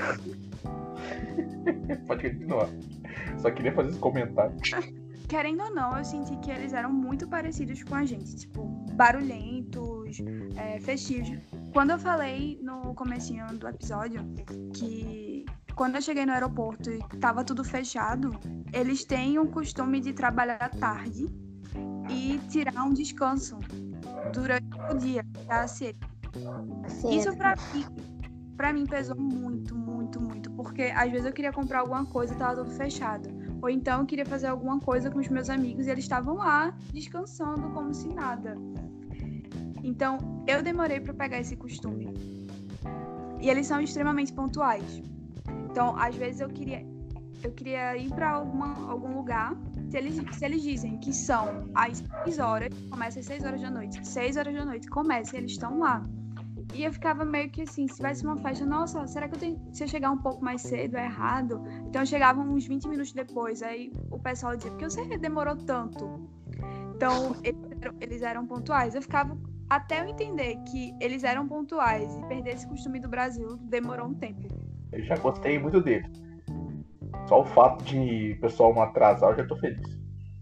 Pode continuar. Só queria fazer esse comentário. Querendo ou não, eu senti que eles eram muito parecidos com a gente, tipo, barulhentos, festivos. Quando eu falei no comecinho do episódio que quando eu cheguei no aeroporto e tava tudo fechado, eles têm o costume de trabalhar tarde e tirar um descanso durante o dia, tá? Sim. Isso pra mim pesou muito, muito, muito, porque às vezes eu queria comprar alguma coisa e tava tudo fechado. Ou então eu queria fazer alguma coisa com os meus amigos e eles estavam lá descansando como se nada. Então eu demorei pra pegar esse costume. E eles são extremamente pontuais. Então às vezes eu queria ir pra algum lugar Se eles dizem que são às 6 horas, começa às 6 horas da noite, 6 horas da noite começa e eles estão lá. E eu ficava meio que assim, se tivesse uma festa, nossa, será que se eu chegar um pouco mais cedo é errado? Então eu chegava uns 20 minutos depois, aí o pessoal dizia, por que você demorou tanto? Então eles eram pontuais. Eu ficava, até eu entender que eles eram pontuais e perder esse costume do Brasil, demorou um tempo. Eu já gostei muito dele. Só o fato de o pessoal não atrasar, eu já tô feliz.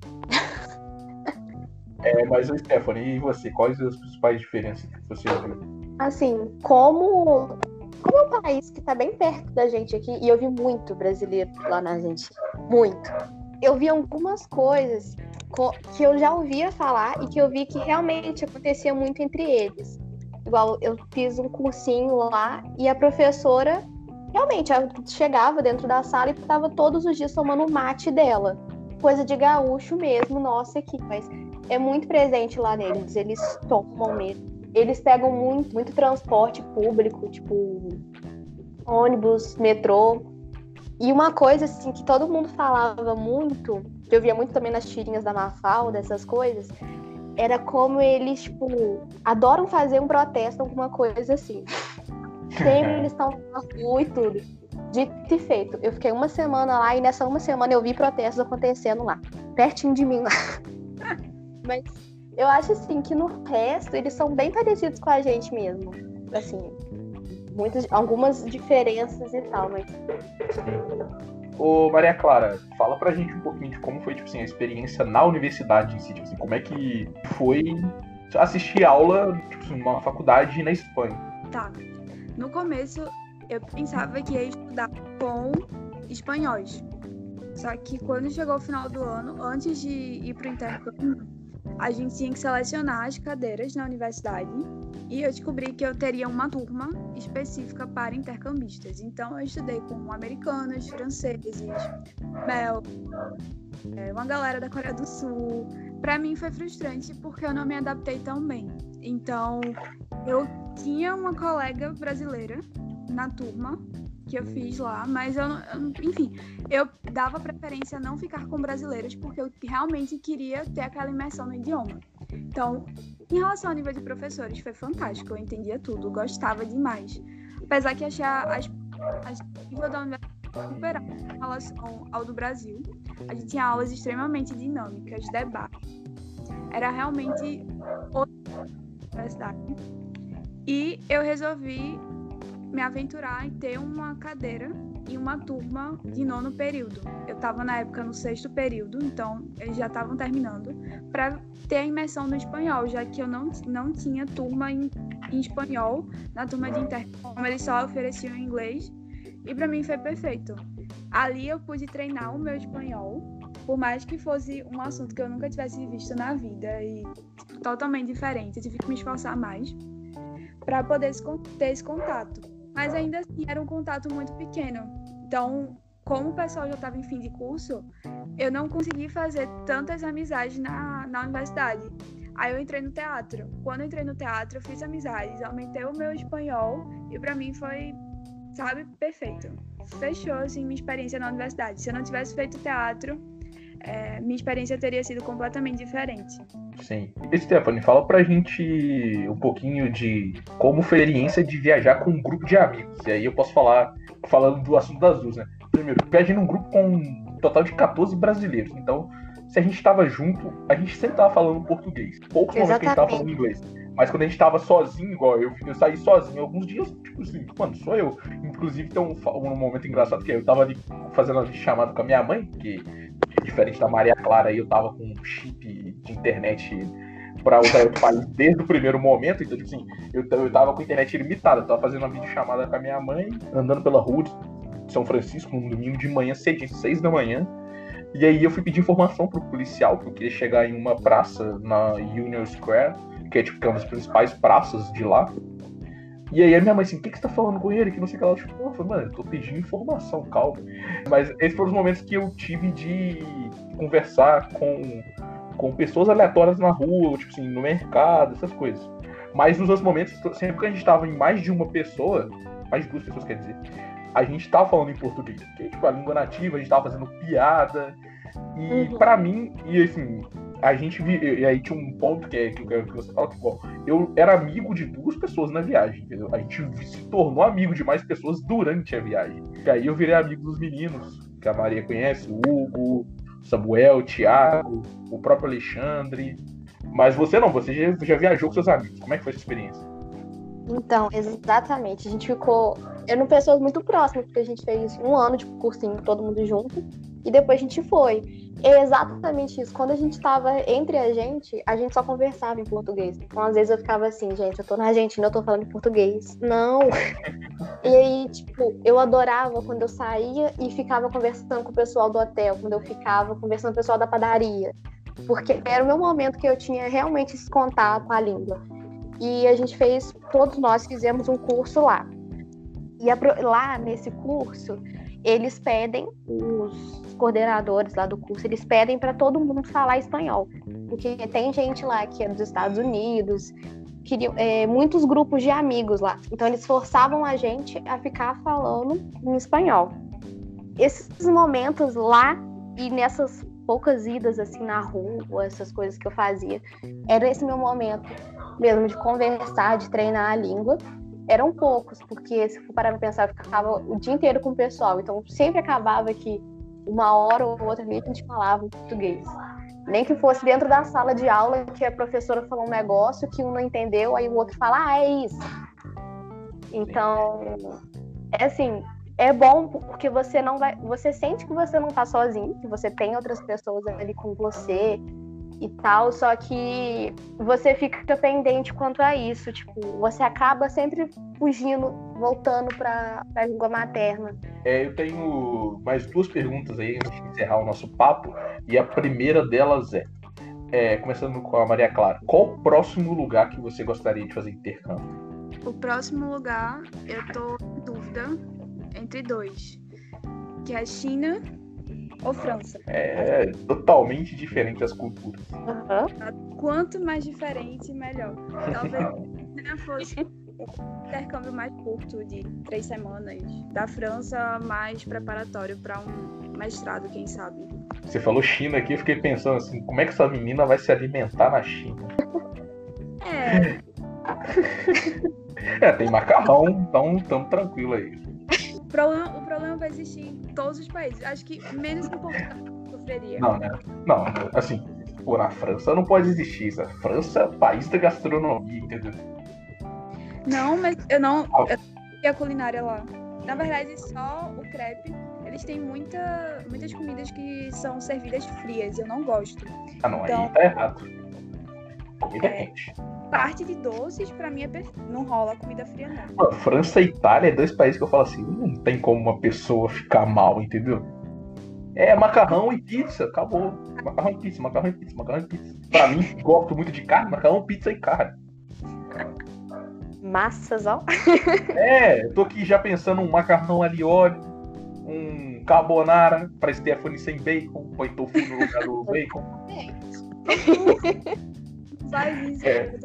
Mas, Stephanie, e você? Quais as principais diferenças que você viu? Assim, como é um país que tá bem perto da gente aqui, e eu vi muito brasileiro lá na Argentina, muito. Eu vi algumas coisas que eu já ouvia falar e que eu vi que realmente acontecia muito entre eles. Igual, eu fiz um cursinho lá e a professora realmente chegava dentro da sala e estava todos os dias tomando o mate dela. Coisa de gaúcho mesmo, nossa, aqui, mas é muito presente lá neles, eles tomam mesmo. Eles pegam muito transporte público, tipo ônibus, metrô. E uma coisa assim que todo mundo falava muito, que eu via muito também nas tirinhas da Mafalda, essas coisas, era como eles, tipo, adoram fazer um protesto, alguma coisa assim. Sempre eles estão na rua e tudo. Dito e feito. Eu fiquei uma semana lá e nessa uma semana eu vi protestos acontecendo lá, pertinho de mim lá. Mas eu acho assim que no resto eles são bem parecidos com a gente mesmo. Assim, algumas diferenças e tal, mas. Ô, Maria Clara, fala pra gente um pouquinho de como foi, tipo assim, a experiência na universidade em si, tipo assim, como é que foi assistir aula, tipo assim, numa faculdade na Espanha. Tá. No começo, eu pensava que ia estudar com espanhóis. Só que quando chegou o final do ano, antes de ir pro intercâmbio, a gente tinha que selecionar as cadeiras na universidade e eu descobri que eu teria uma turma específica para intercambistas. Então eu estudei com americanos, franceses, uma galera da Coreia do Sul. Para mim foi frustrante porque eu não me adaptei tão bem. Então eu tinha uma colega brasileira na turma que eu fiz lá, mas eu dava preferência a não ficar com brasileiros porque eu realmente queria ter aquela imersão no idioma. Então, em relação ao nível de professores, foi fantástico, eu entendia tudo, gostava demais. Apesar que achei a nível da universidade super alto em relação ao do Brasil. A gente tinha aulas extremamente dinâmicas, debates. Era realmente outra universidade. E eu resolvi me aventurar em ter uma cadeira em uma turma de 9º período. Eu estava na época no 6º período, então eles já estavam terminando, para ter a imersão no espanhol, já que eu não tinha turma em espanhol na turma de intercâmbio, eles só ofereciam em inglês, e para mim foi perfeito. Ali eu pude treinar o meu espanhol, por mais que fosse um assunto que eu nunca tivesse visto na vida e totalmente diferente, eu tive que me esforçar mais para poder ter esse contato. Mas ainda assim era um contato muito pequeno. Então, como o pessoal já estava em fim de curso, eu não consegui fazer tantas amizades na universidade. Aí eu entrei no teatro. Quando eu entrei no teatro, eu fiz amizades, aumentei o meu espanhol e para mim foi, perfeito. Fechou, assim, minha experiência na universidade. Se eu não tivesse feito teatro, minha experiência teria sido completamente diferente. Sim. E Stephanie, fala pra gente um pouquinho de como foi a experiência de viajar com um grupo de amigos. E aí eu posso falar, falando do assunto das duas, né? Primeiro, viajei num grupo com um total de 14 brasileiros. Então, se a gente tava junto, a gente sempre tava falando português. Poucos momentos que a gente tava falando inglês. Mas quando a gente tava sozinho, igual eu saí sozinho alguns dias, tipo assim, mano, sou eu. Inclusive tem um momento engraçado que eu tava ali fazendo uma chamada com a minha mãe, que diferente da Maria Clara, aí eu tava com um chip de internet pra usar outro país desde o primeiro momento. Então, tipo assim, eu tava com internet ilimitada. Eu tava fazendo uma videochamada com a minha mãe, andando pela rua de São Francisco, num domingo de manhã, cedinho, 6 da manhã. E aí eu fui pedir informação pro policial, porque eu queria chegar em uma praça na Union Square, que é uma das principais praças de lá. E aí a minha mãe assim, o que você tá falando com ele? Que não sei o que ela. Tipo, eu falei, mano, eu tô pedindo informação, calma. Mas esses foram os momentos que eu tive de conversar com pessoas aleatórias na rua, tipo assim, no mercado, essas coisas. Mas nos outros momentos, sempre que a gente tava em mais de uma pessoa, mais de 2 pessoas, quer dizer, a gente tava falando em português. Porque, tipo, a língua nativa, a gente tava fazendo piada. E pra mim, e assim, a gente e aí tinha um ponto que eu quero que você fala que, bom, eu era amigo de 2 pessoas na viagem, entendeu? A gente se tornou amigo de mais pessoas durante a viagem. E aí eu virei amigo dos meninos, que a Maria conhece, o Hugo, o Samuel, o Thiago, o próprio Alexandre. Mas você não, você já viajou com seus amigos. Como é que foi essa experiência? Então, exatamente. A gente ficou. Eram pessoas muito próximas, porque a gente fez 1 ano de cursinho, todo mundo junto, e depois a gente foi. É exatamente isso. Quando a gente tava entre a gente só conversava em português. Então, às vezes eu ficava assim, gente, eu tô na Argentina, eu tô falando em português. Não! E aí, tipo, eu adorava quando eu saía e ficava conversando com o pessoal do hotel, quando eu ficava conversando com o pessoal da padaria. Porque era o meu momento que eu tinha realmente esse contato com a língua. E a gente todos nós fizemos um curso lá. E lá nesse curso, eles pedem, os coordenadores lá do curso, eles pedem para todo mundo falar espanhol. Porque tem gente lá que é dos Estados Unidos, muitos grupos de amigos lá. Então eles forçavam a gente a ficar falando em espanhol. Esses momentos lá e nessas poucas idas assim na rua, essas coisas que eu fazia, era esse meu momento mesmo de conversar, de treinar a língua. Eram poucos, porque se for parar pra pensar, eu ficava o dia inteiro com o pessoal, então sempre acabava que 1 hora ou outra a gente falava português. Nem que fosse dentro da sala de aula, que a professora falou um negócio que um não entendeu, aí o outro fala, é isso. Então, é assim, é bom porque você sente que você não tá sozinho, que você tem outras pessoas ali com você e tal, só que você fica pendente quanto a isso, tipo, você acaba sempre fugindo, voltando pra língua materna. Eu tenho mais 2 perguntas aí antes de encerrar o nosso papo, e a primeira delas começando com a Maria Clara, qual o próximo lugar que você gostaria de fazer intercâmbio? O próximo lugar, eu tô em dúvida entre 2, que é a China ou França. É totalmente diferente as culturas. Quanto mais diferente, melhor. Talvez não fosse um intercâmbio mais curto, de 3 semanas. Da França, mais preparatório para um mestrado, quem sabe. Você falou China aqui, eu fiquei pensando assim, como é que essa menina vai se alimentar na China? Tem macarrão, então tamo tranquilo aí. O problema vai existir em todos os países. Acho que menos em Portugal sofreria. Não, né? Não, assim, na França não pode existir isso. A França é o país da gastronomia, entendeu? Não, mas eu não vi a culinária lá. Na verdade, só o crepe. Eles têm muitas comidas que são servidas frias. Eu não gosto. Não, então, aí tá errado. Comida quente. Parte de doces, pra mim, não rola comida fria, não. França e Itália é 2 países que eu falo assim, não tem como uma pessoa ficar mal, entendeu? Macarrão e pizza, acabou. Macarrão e pizza, macarrão e pizza, macarrão e pizza. Pra mim, gosto muito de carne, macarrão, pizza e carne. Massas, ó. Eu tô aqui já pensando um macarrão ali óleo, um carbonara pra Stephanie sem bacon, põe tofu no lugar do bacon. Faz isso.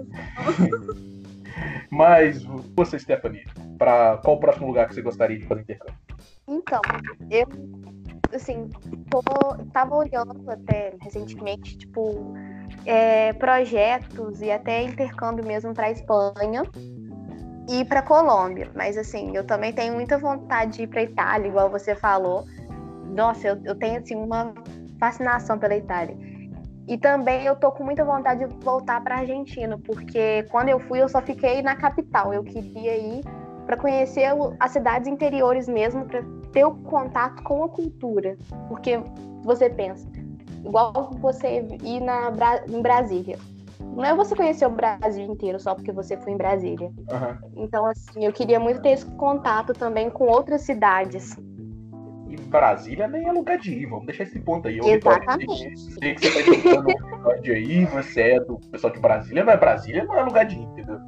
Mas você, Stephanie, qual o próximo lugar que você gostaria de fazer intercâmbio? Então, eu assim, tava olhando até recentemente, tipo, projetos e até intercâmbio mesmo pra Espanha e pra Colômbia. Mas assim, eu também tenho muita vontade de ir pra Itália, igual você falou. Nossa, eu tenho assim uma fascinação pela Itália. E também eu tô com muita vontade de voltar pra Argentina, porque quando eu fui eu só fiquei na capital. Eu queria ir para conhecer as cidades interiores mesmo, para ter o contato com a cultura. Porque você pensa, igual você ir em Brasília. Não é você conhecer o Brasil inteiro só porque você foi em Brasília. Uhum. Então, assim, eu queria muito ter esse contato também com outras cidades. E Brasília nem é lugar de ir, vamos deixar esse ponto aí. Exatamente. Sei que você tá tentando um lugar de ir, você é do pessoal de Brasília, mas Brasília não é lugar de ir, entendeu?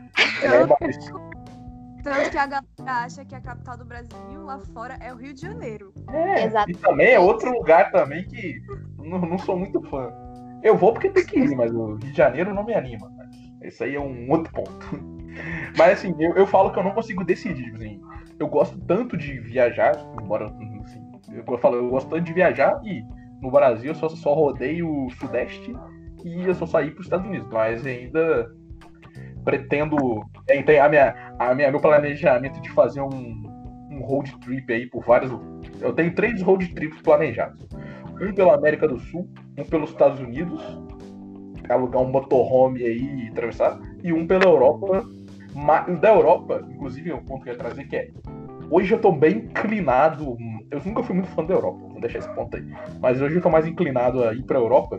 Tanto que a galera acha que a capital do Brasil lá fora é o Rio de Janeiro. E também é outro lugar também que não sou muito fã. Eu vou porque tem que ir, mas o Rio de Janeiro não me anima. Esse aí é um outro ponto. Mas assim, eu falo que eu não consigo decidir. Assim, eu gosto tanto de viajar, embora assim, eu gosto tanto de viajar e no Brasil eu só rodei o Sudeste e eu só saí para os Estados Unidos, mas ainda pretendo. Tem meu planejamento de fazer um road trip aí por vários. Eu tenho 3 road trips planejados. Um pela América do Sul, um pelos Estados Unidos, alugar um motorhome aí e atravessar, e um pela Europa. Da Europa, inclusive, um ponto que eu ia trazer que é. Hoje eu tô bem inclinado. Eu nunca fui muito fã da Europa, vou deixar esse ponto aí. Mas hoje eu tô mais inclinado a ir pra Europa.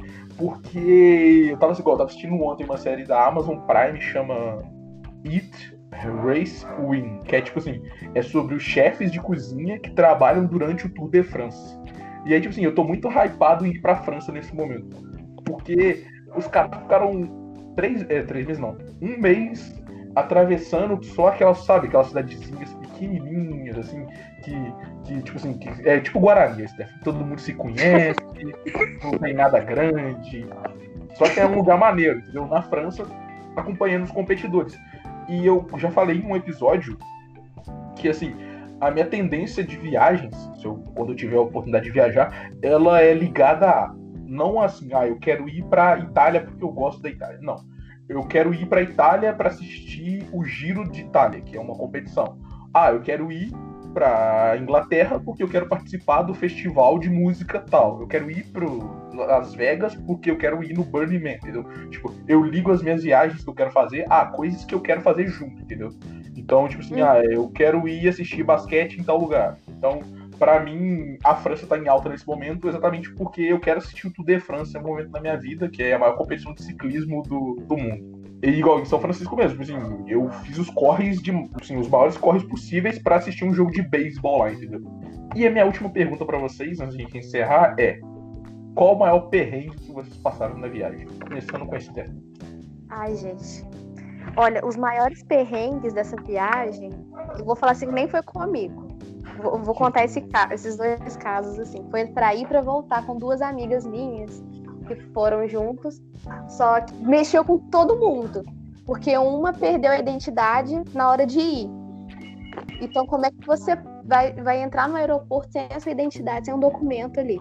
Porque eu tava assistindo ontem uma série da Amazon Prime, chama Eat, Race, Win. Que é tipo assim, é sobre os chefes de cozinha que trabalham durante o Tour de France. E aí, tipo assim, eu tô muito hypado em ir pra França nesse momento. Porque os caras ficaram 3 meses não, 1 mês atravessando só aquelas cidadezinhas pequenininhas, assim, que tipo assim, que é tipo Guarani, todo mundo se conhece, não tem nada grande, só que é um lugar maneiro, entendeu? Na França, acompanhando os competidores. E eu já falei em um episódio que, assim, a minha tendência de viagens, quando eu tiver a oportunidade de viajar, ela é ligada a, não assim, eu quero ir pra Itália porque eu gosto da Itália, não. Eu quero ir pra Itália para assistir o Giro de Itália, que é uma competição. Eu quero ir pra Inglaterra porque eu quero participar do festival de música tal. Eu quero ir pro Las Vegas porque eu quero ir no Burning Man, entendeu? Tipo, eu ligo as minhas viagens que eu quero fazer a coisas que eu quero fazer junto, entendeu? Então, tipo assim, eu quero ir assistir basquete em tal lugar. Então, pra mim, a França tá em alta nesse momento exatamente porque eu quero assistir o Tour de France em um momento da minha vida, que é a maior competição de ciclismo do mundo. E igual em São Francisco mesmo, assim, eu fiz os corres os maiores corres possíveis pra assistir um jogo de beisebol lá, entendeu? E a minha última pergunta pra vocês, antes de a gente encerrar, é: qual o maior perrengue que vocês passaram na viagem? Começando com a Esther. Ai, gente. Olha, os maiores perrengues dessa viagem, eu vou falar assim, nem foi comigo. Vou contar esses 2 casos, assim. Foi pra ir e pra voltar com 2 amigas minhas que foram juntos, só que mexeu com todo mundo, porque uma perdeu a identidade na hora de ir. Então, como é que você vai entrar no aeroporto sem a sua identidade, sem um documento ali?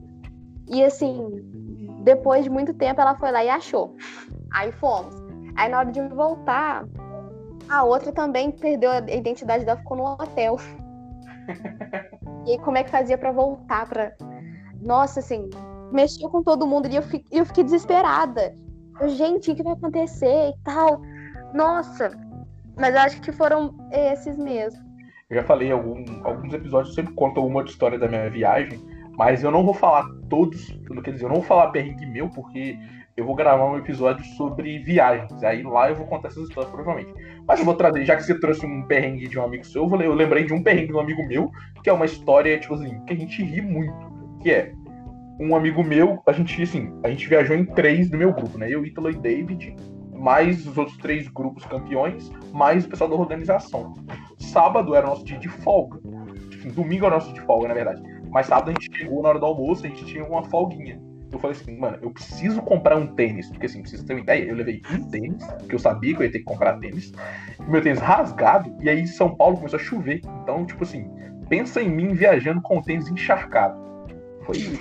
E assim, depois de muito tempo, ela foi lá e achou. Aí fomos. Aí na hora de voltar, a outra também perdeu a identidade dela, ficou no hotel. E aí, como é que fazia pra voltar? Nossa, assim, mexeu com todo mundo e eu fiquei desesperada. Gente, o que vai acontecer e tal? Nossa, mas eu acho que foram esses mesmo. Eu já falei em alguns episódios, eu sempre conto alguma outra história da minha viagem, mas eu não vou falar todos, quer dizer, eu não vou falar perrengue meu, porque eu vou gravar um episódio sobre viagens, aí lá eu vou contar essas histórias provavelmente. Mas eu vou trazer, já que você trouxe um perrengue de um amigo seu, eu lembrei de um perrengue de um amigo meu, que é uma história, tipo assim, que a gente ri muito, que é um amigo meu, a gente viajou em 3 do meu grupo, né? Eu, Ítalo e David, mais os outros 3 grupos campeões, mais o pessoal da organização. Sábado era o nosso dia de folga. Domingo era o nosso dia de folga, na verdade. Mas sábado a gente chegou na hora do almoço, a gente tinha uma folguinha. Eu falei assim, mano, eu preciso comprar um tênis. Porque assim, pra vocês terem uma ideia, eu levei um tênis, porque eu sabia que eu ia ter que comprar tênis. Meu tênis rasgado, e aí em São Paulo começou a chover. Então, tipo assim, pensa em mim viajando com o tênis encharcado. Foi isso.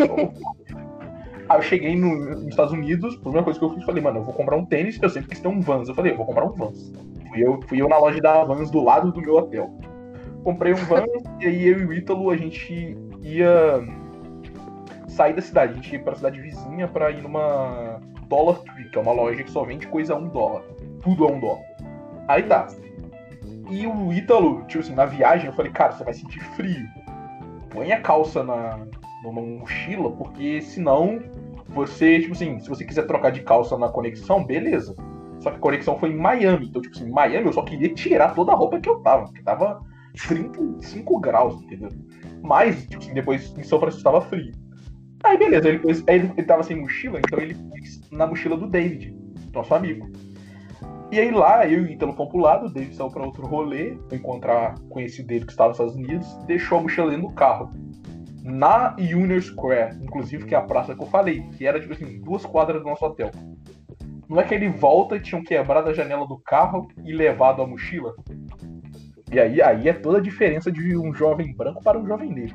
Aí eu cheguei nos Estados Unidos, a primeira coisa que eu fiz, falei, mano, eu vou comprar um tênis, eu sempre quis ter um Vans. Eu falei, eu vou comprar um Vans. Fui eu na loja da Vans do lado do meu hotel. Comprei um Vans, e aí eu e o Ítalo, a gente ia sair da cidade. A gente ia pra cidade vizinha pra ir numa Dollar Tree, que é uma loja que só vende coisa a $1. Tudo a $1. Aí tá. E o Ítalo, tipo assim, na viagem, eu falei, cara, você vai sentir frio. Põe a calça numa mochila, porque senão você, tipo assim, se você quiser trocar de calça na conexão, beleza. Só que a conexão foi em Miami. Então, tipo assim, em Miami eu só queria tirar toda a roupa que eu tava, porque tava 35 graus, entendeu? Mas, tipo assim, depois em São Francisco tava frio. Aí beleza, ele tava sem mochila, então ele pôs na mochila do David, nosso amigo. E aí lá, eu e o Ítalo fomos pro lado, o David saiu pra outro rolê, pra encontrar conhecido dele que estava nos Estados Unidos, deixou a mochila dentro do carro. Na Union Square, inclusive, que é a praça que eu falei, que era, tipo assim, 2 quadras do nosso hotel. Não é que ele volta e tinham quebrado a janela do carro e levado a mochila? E aí é toda a diferença de um jovem branco para um jovem negro.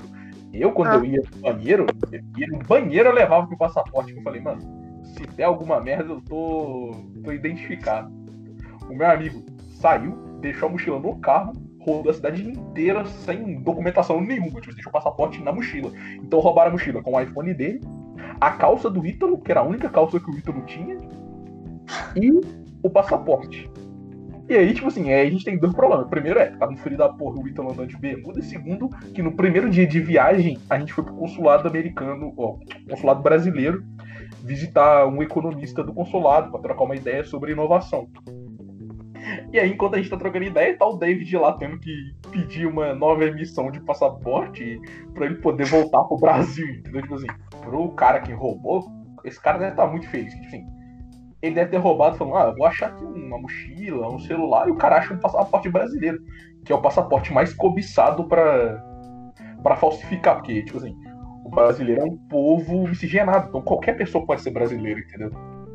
Quando eu ia no banheiro eu levava meu passaporte. Eu falei, mano, se der alguma merda, eu tô identificado. O meu amigo saiu, deixou a mochila no carro, rodou a cidade inteira sem documentação nenhuma. Tipo, deixou o passaporte na mochila. Então roubaram a mochila com o iPhone dele, a calça do Ítalo, que era a única calça que o Ítalo tinha, e o passaporte. E aí, tipo assim, a gente tem dois problemas. Primeiro tá no frio da porra o Ítalo andando de bermuda. E segundo, que no primeiro dia de viagem, a gente foi pro consulado americano, consulado brasileiro, visitar um economista do consulado pra trocar uma ideia sobre inovação. E aí, enquanto a gente tá trocando ideia, tá o David lá tendo que pedir uma nova emissão de passaporte pra ele poder voltar pro Brasil, entendeu? Tipo assim, pro cara que roubou, esse cara deve estar muito feliz. Tipo assim, ele deve ter roubado falando, eu vou achar aqui uma mochila, um celular, e o cara acha um passaporte brasileiro, que é o passaporte mais cobiçado pra falsificar, porque, tipo assim, o brasileiro é um povo miscigenado, então qualquer pessoa pode ser brasileiro, entendeu?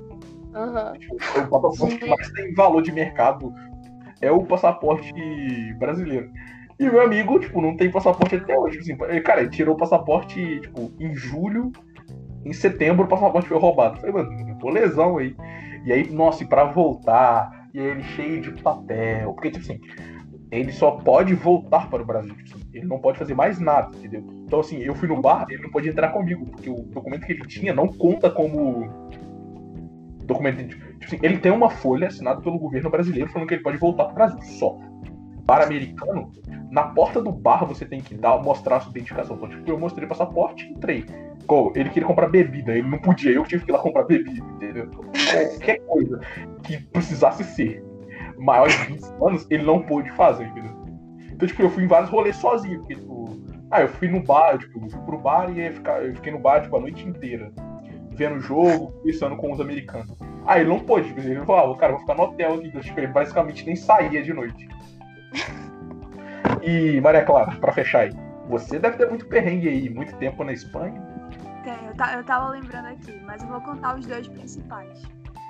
O passaporte que mais tem valor de mercado é o passaporte brasileiro. E o meu amigo, tipo, não tem passaporte até hoje. Assim, ele tirou o passaporte, tipo, em julho, em setembro o passaporte foi roubado. Eu falei, mano, tô lesão aí. E aí, nossa, e pra voltar, e aí ele cheio de papel. Porque, tipo assim, ele só pode voltar para o Brasil. Tipo assim, ele não pode fazer mais nada, entendeu? Então, assim, eu fui no bar, ele não pode entrar comigo, porque o documento que ele tinha não conta como documento. Tipo assim, ele tem uma folha assinada pelo governo brasileiro falando que ele pode voltar para o Brasil só. Para americano, na porta do bar você tem que mostrar a sua identificação. Então, tipo, eu mostrei passaporte e entrei. Ele queria comprar bebida, ele não podia, eu tive que ir lá comprar bebida, entendeu? Qualquer coisa que precisasse ser maior de 20 anos, ele não pôde fazer, entendeu? Então, tipo, eu fui em vários rolês sozinho, porque, tipo, eu fui no bar, eu fui pro bar e eu fiquei no bar, tipo, a noite inteira, vendo o jogo, conversando com os americanos. Ele não pôde, tipo, ele falou, cara, eu vou ficar no hotel aqui, então, tipo, ele basicamente nem saía de noite. E, Maria Clara, pra fechar aí, você deve ter muito perrengue aí, muito tempo na Espanha. Eu tava lembrando aqui, mas eu vou contar os dois principais.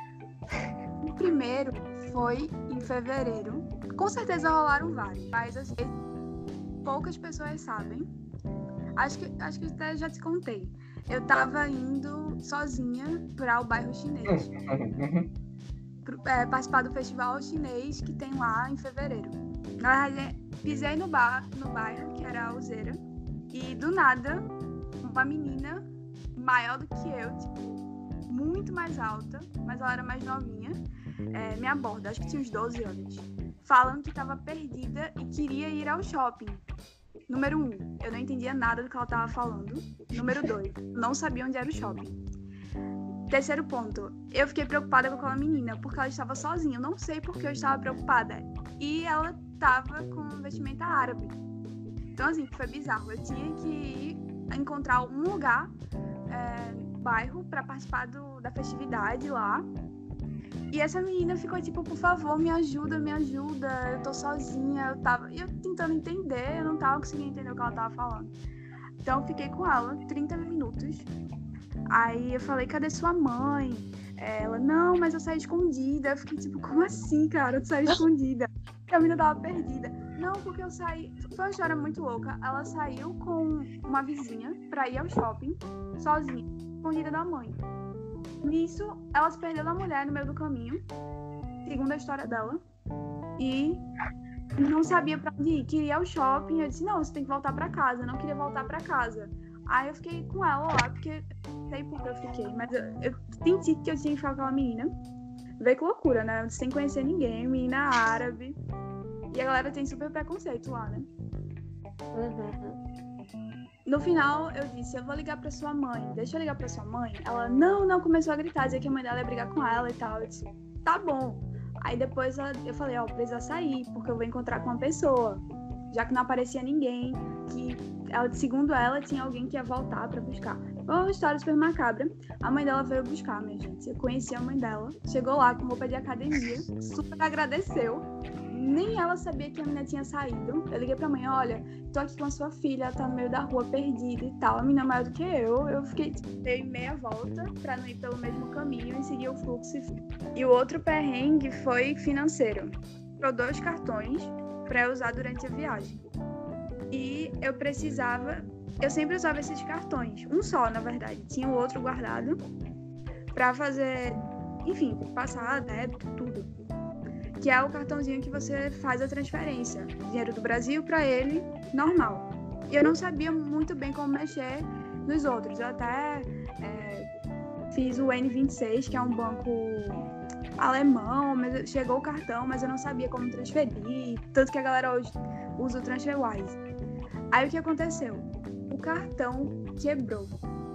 O primeiro foi em fevereiro. Com certeza rolaram vários, mas assim, poucas pessoas sabem. Acho que até já te contei. Eu tava indo sozinha para o bairro chinês. Participar do festival chinês que tem lá em fevereiro. Na verdade, pisei no bairro, que era a Alzeira, e do nada, uma menina maior do que eu, tipo, muito mais alta, mas ela era mais novinha, me aborda, acho que tinha uns 12 anos, falando que estava perdida e queria ir ao shopping. Número 1, eu não entendia nada do que ela estava falando. Número 2, não sabia onde era o shopping. Terceiro ponto, eu fiquei preocupada com aquela menina, porque ela estava sozinha. Eu não sei por que eu estava preocupada. E ela estava com vestimenta árabe. Então, assim, foi bizarro. Eu tinha que ir encontrar um lugar, bairro, para participar da festividade lá. E essa menina ficou tipo, por favor, me ajuda, eu tô sozinha. Eu tentando entender, eu não tava conseguindo entender o que ela tava falando. Então, eu fiquei com ela 30 minutos. Aí eu falei, cadê sua mãe? Ela, não, mas eu saí escondida. Eu fiquei tipo, como assim, cara? Eu saí escondida. E a menina tava perdida. Não, porque eu saí... Foi uma história muito louca. Ela saiu com uma vizinha pra ir ao shopping, sozinha, escondida da mãe. Nisso, ela se perdeu da mulher no meio do caminho, segundo a história dela. E não sabia pra onde ir. Queria ir ao shopping. Eu disse, não, você tem que voltar pra casa. Eu não queria voltar pra casa. Aí eu fiquei com ela lá, porque não sei por que eu fiquei, mas eu senti que eu tinha que ficar com aquela menina. Vê que loucura, né? Sem conhecer ninguém, menina árabe. E a galera tem super preconceito lá, né? No final, eu disse, eu vou ligar pra sua mãe. Deixa eu ligar pra sua mãe. Ela, não, começou a gritar, dizer que a mãe dela ia brigar com ela e tal. Eu disse, tá bom. Aí depois eu falei, precisa sair, porque eu vou encontrar com uma pessoa. Já que não aparecia ninguém, que segundo ela, tinha alguém que ia voltar pra buscar. Foi uma história super macabra. A mãe dela veio buscar, minha gente. Eu conheci a mãe dela. Chegou lá com roupa de academia. Super agradeceu. Nem ela sabia que a menina tinha saído. Eu liguei pra mãe, olha, tô aqui com a sua filha, ela tá no meio da rua, perdida e tal. A menina é maior do que eu. Eu fiquei, dei meia volta pra não ir pelo mesmo caminho e seguir o fluxo. E o outro perrengue foi financeiro. Comprou 2 cartões pra eu usar durante a viagem. E eu precisava eu sempre usava esses cartões. Um só, na verdade. Tinha o outro guardado pra fazer, enfim, passar, débito, tudo. Que é o cartãozinho que você faz a transferência. Dinheiro do Brasil pra ele, normal. E eu não sabia muito bem como mexer nos outros. Eu até fiz o N26, que é um banco alemão, mas chegou o cartão, mas eu não sabia como transferir. Tanto que a galera hoje usa o TransferWise. Aí o que aconteceu? O cartão quebrou.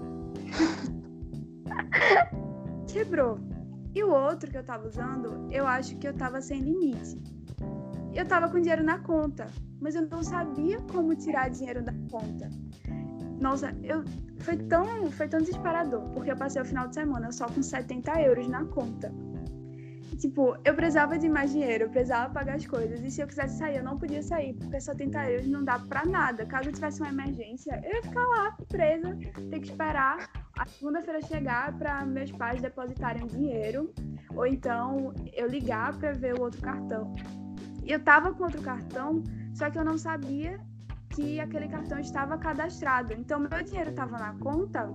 Quebrou. E o outro que eu tava usando, eu acho que eu tava sem limite. Eu tava com dinheiro na conta, mas eu não sabia como tirar dinheiro da conta. Nossa, foi tão desesperador, porque eu passei o final de semana só com 70 euros na conta. Tipo, eu precisava de mais dinheiro, eu precisava pagar as coisas, e se eu quisesse sair, eu não podia sair, porque 70 euros não dá pra nada. Caso eu tivesse uma emergência, eu ia ficar lá, presa, ter que esperar a segunda-feira chegar pra meus pais depositarem o dinheiro, ou então eu ligar pra ver o outro cartão. E eu tava com outro cartão, só que eu não sabia que aquele cartão estava cadastrado. Então, meu dinheiro estava na conta,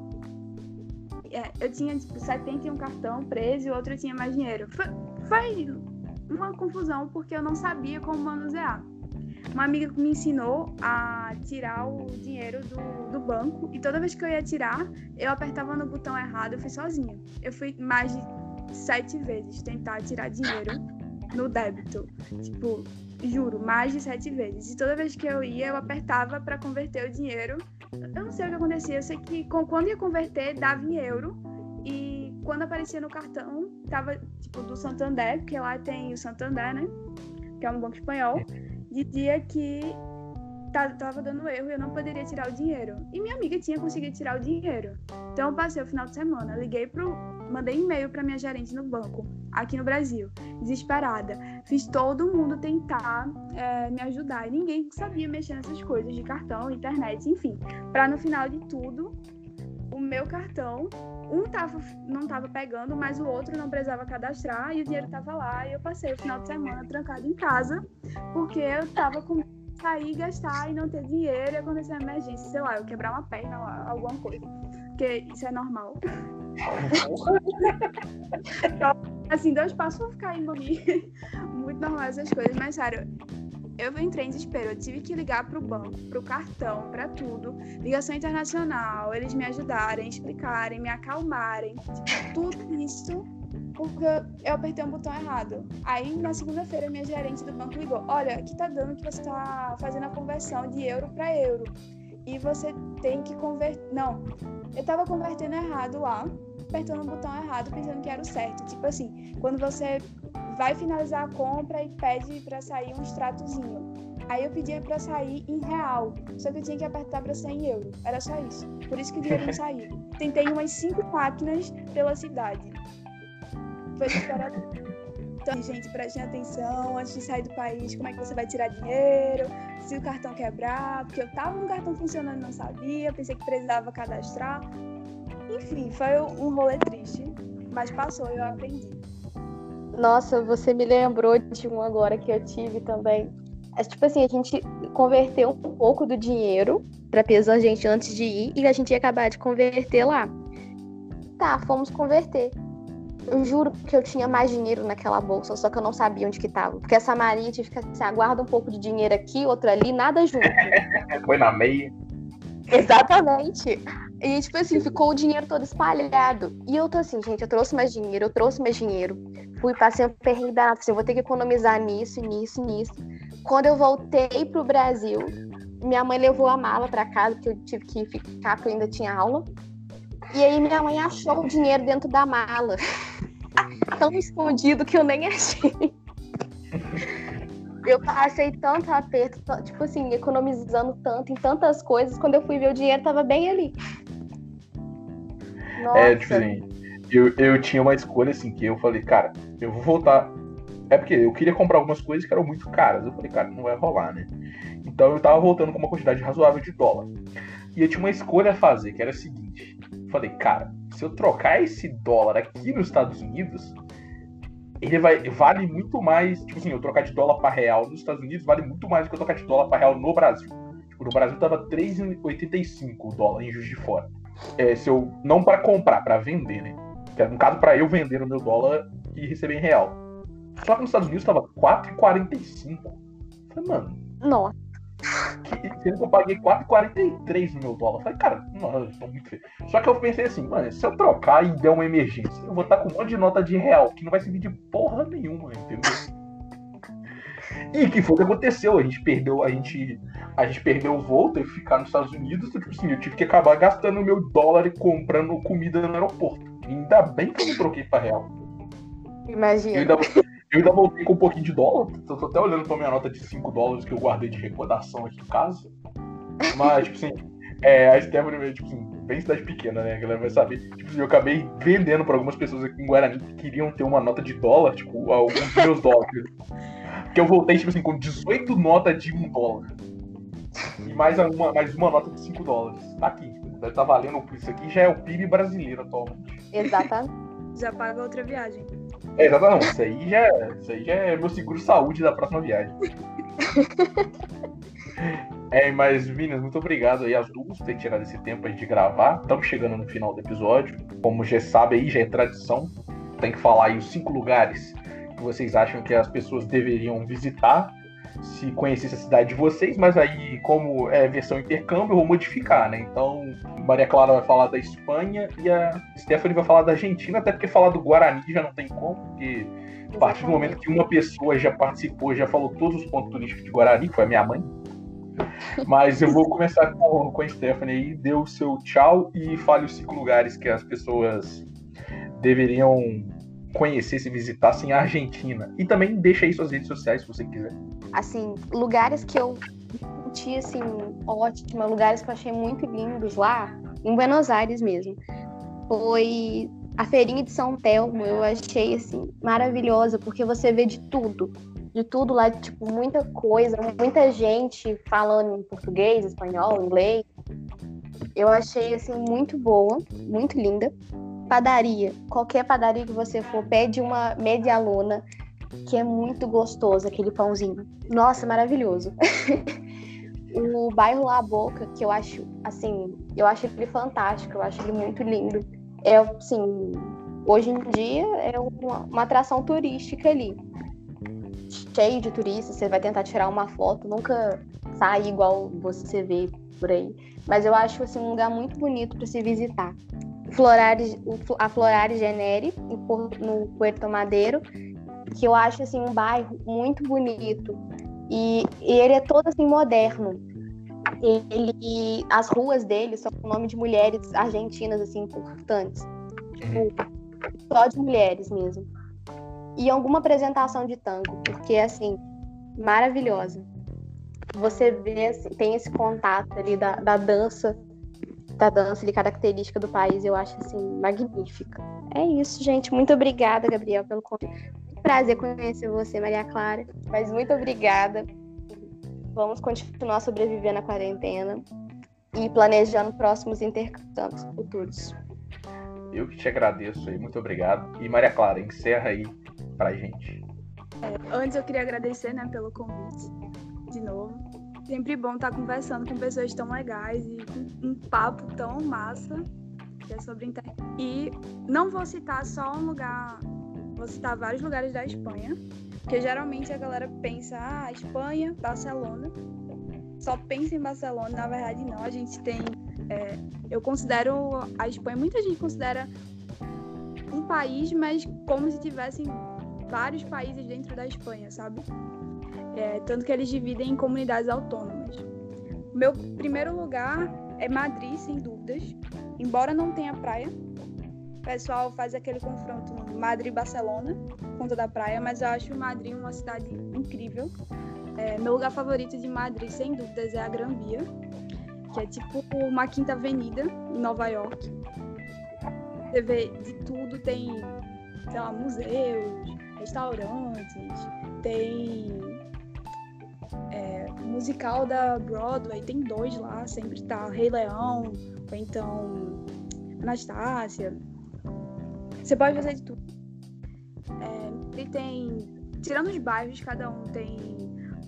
eu tinha, tipo, 71 cartão preso e o outro tinha mais dinheiro. Foi uma confusão, porque eu não sabia como manusear. Uma amiga me ensinou a tirar o dinheiro do banco, e toda vez que eu ia tirar, eu apertava no botão errado, eu fui sozinha. Eu fui mais de 7 vezes tentar tirar dinheiro no débito. Tipo, juro, mais de 7 vezes. E toda vez que eu ia, eu apertava para converter o dinheiro. Eu não sei o que acontecia, eu sei que quando ia converter, dava em euro. E quando aparecia no cartão, tava, tipo, do Santander, porque lá tem o Santander, né? Que é um banco espanhol. Dizia que tava dando erro e eu não poderia tirar o dinheiro. E minha amiga tinha conseguido tirar o dinheiro. Então eu passei o final de semana, mandei e-mail para minha gerente no banco, aqui no Brasil, desesperada. Fiz todo mundo tentar me ajudar, e ninguém sabia mexer nessas coisas de cartão, internet, enfim. Para no final de tudo, o meu cartão, não tava pegando, mas o outro não precisava cadastrar, e o dinheiro tava lá. E eu passei o final de semana trancada em casa, porque eu tava com medo de sair, gastar e não ter dinheiro e acontecer uma emergência, sei lá, eu quebrar uma perna ou alguma coisa, porque isso é normal. Então, assim, 2 passos vão ficar e morrer. Muito normal essas coisas, mas sério, eu entrei em desespero. Eu tive que ligar pro banco, pro cartão, pra tudo. Ligação internacional, eles me ajudarem, explicarem, me acalmarem. Tipo, tudo isso porque eu apertei um botão errado. Aí, na segunda-feira, minha gerente do banco ligou: olha, aqui tá dando que você tá fazendo a conversão de euro pra euro. E você tem que converter... Não, eu tava convertendo errado lá, apertando o botão errado, pensando que era o certo. Tipo assim, quando você vai finalizar a compra e pede pra sair um extratozinho. Aí eu pedia pra sair em real, só que eu tinha que apertar pra sair em euro. Era só isso. Por isso que o dinheiro não saiu. Tentei umas 5 máquinas pela cidade. Foi desesperador. Então, gente, prestem atenção antes de sair do país, como é que você vai tirar dinheiro, se o cartão quebrar, porque eu tava no cartão funcionando e não sabia, pensei que precisava cadastrar. Enfim, foi um rolê triste, mas passou e eu aprendi. Nossa, você me lembrou de um agora que eu tive também. Tipo assim, a gente converteu um pouco do dinheiro pra peso a gente antes de ir, e a gente ia acabar de converter lá. Tá, fomos converter. Eu juro que eu tinha mais dinheiro naquela bolsa, só que eu não sabia onde que tava. Porque essa Maria tinha que ficar assim, guarda um pouco de dinheiro aqui, outro ali, nada junto. Foi na meia. Exatamente. E, tipo assim, ficou o dinheiro todo espalhado. E eu tô assim, gente, eu trouxe mais dinheiro. Fui, passei um perrengue danado, assim, eu vou ter que economizar nisso. Quando eu voltei pro Brasil, minha mãe levou a mala pra casa, porque eu tive que ficar, porque eu ainda tinha aula. E aí minha mãe achou o dinheiro dentro da mala. Tão escondido que eu nem achei. Eu passei tanto aperto, tipo assim, economizando tanto em tantas coisas. Quando eu fui ver, o dinheiro tava bem ali. Nossa. Tipo assim, eu tinha uma escolha assim, que eu falei, cara, eu vou voltar. É porque eu queria comprar algumas coisas que eram muito caras. Eu falei, cara, não vai rolar, né? Então eu tava voltando com uma quantidade razoável de dólar. E eu tinha uma escolha a fazer, que era a seguinte. Falei, cara, se eu trocar esse dólar aqui nos Estados Unidos, ele vale muito mais. Tipo assim, eu trocar de dólar para real nos Estados Unidos vale muito mais do que eu trocar de dólar para real no Brasil. Tipo tipo, no Brasil tava 3,85 o dólar em Juiz de Fora. Se eu, não para comprar, para vender, né? Que no caso, para eu vender o meu dólar e receber em real. Só que nos Estados Unidos tava 4,45. Falei, mano. Nossa. Sendo que eu paguei 4,43 no meu dólar. Falei, cara, mano, eu tô muito feio. Só que eu pensei assim, mano, se eu trocar e der uma emergência, eu vou estar com um monte de nota de real, que não vai servir de porra nenhuma, entendeu? E que foi o que aconteceu? A gente perdeu o voo, teve que ficar nos Estados Unidos, tipo assim, eu tive que acabar gastando o meu dólar e comprando comida no aeroporto. E ainda bem que eu não troquei pra real. Imagina. Eu ainda voltei com um pouquinho de dólar. Eu tô até olhando pra minha nota de $5 que eu guardei de recordação aqui em casa. Mas, tipo assim, a Stephanie, tipo assim, bem cidade pequena, né? A galera vai saber. Tipo assim, eu acabei vendendo pra algumas pessoas aqui em Guarani que queriam ter uma nota de dólar, tipo, alguns dos meus dólares. Porque eu voltei, tipo assim, com 18 notas de $1. E mais uma nota de $5. Tá aqui. Deve estar valendo. Isso aqui já é o PIB brasileiro atualmente. Exatamente. Já paga outra viagem. Exatamente. Isso aí já é meu seguro-saúde da próxima viagem. Mas, meninas, muito obrigado aí às duas por ter tirado esse tempo aí de gravar. Estamos chegando no final do episódio. Como já sabe aí, já é tradição. Tem que falar aí os 5 lugares que vocês acham que as pessoas deveriam visitar se conhecesse a cidade de vocês, mas aí, como é versão intercâmbio, eu vou modificar, né? Então, Maria Clara vai falar da Espanha e a Stephanie vai falar da Argentina, até porque falar do Guarani já não tem como, porque a partir do momento que uma pessoa já participou, já falou todos os pontos turísticos de Guarani, que foi a minha mãe. Mas eu vou começar com a Stephanie aí, dê o seu tchau e fale os 5 lugares que as pessoas deveriam conhecer se visitassem a Argentina. E também deixa aí suas redes sociais, se você quiser. Assim, lugares que eu senti, assim, ótimo, lugares que eu achei muito lindos lá, em Buenos Aires mesmo, foi a feirinha de São Telmo. Eu achei, assim, maravilhosa, porque você vê de tudo lá, tipo, muita coisa, muita gente falando em português, espanhol, inglês. Eu achei, assim, muito boa, muito linda. Padaria, qualquer padaria que você for, pede uma medialuna, que é muito gostoso, aquele pãozinho. Nossa, maravilhoso. O bairro La Boca, que eu acho, assim, eu acho ele fantástico, eu acho ele muito lindo. É, assim, hoje em dia é uma atração turística ali. Cheio de turistas, você vai tentar tirar uma foto, nunca sai igual você vê por aí. Mas eu acho, assim, um lugar muito bonito para se visitar. A Florare Generi, no Puerto Madeiro, que eu acho, assim, um bairro muito bonito. E ele é todo, assim, moderno. As ruas dele são com o nome de mulheres argentinas, assim, importantes. Tipo, só de mulheres mesmo. E alguma apresentação de tango, porque, assim, maravilhosa. Você vê, assim, tem esse contato ali da dança ali, característica do país, eu acho, assim, magnífica. É isso, gente. Muito obrigada, Gabriel, pelo convite. Prazer conhecer você, Maria Clara. Mas muito obrigada. Vamos continuar sobrevivendo à quarentena e planejando próximos intercâmbios futuros. Eu que te agradeço aí, muito obrigado. E Maria Clara, encerra aí pra gente. Antes eu queria agradecer, né, pelo convite, de novo. Sempre bom estar conversando com pessoas tão legais e com um papo tão massa, que é sobre internet. E não vou citar só um lugar, vou citar vários lugares da Espanha, porque geralmente a galera pensa, Espanha, Barcelona, só pensa em Barcelona. Na verdade não, a gente tem, eu considero a Espanha, muita gente considera um país, mas como se tivessem vários países dentro da Espanha, sabe? Tanto que eles dividem em comunidades autônomas. O meu primeiro lugar é Madrid, sem dúvidas, embora não tenha praia. O pessoal faz aquele confronto Madrid-Barcelona, por conta da praia, mas eu acho Madrid uma cidade incrível. Meu lugar favorito de Madrid, sem dúvidas, é a Gran Via, que é tipo uma quinta avenida em Nova York. Você vê de tudo, tem, sei lá, museus, restaurantes, tem musical da Broadway, tem 2 lá, sempre tá Rei Leão, ou então Anastácia. Você pode fazer de tudo. E tem, tirando os bairros, cada um tem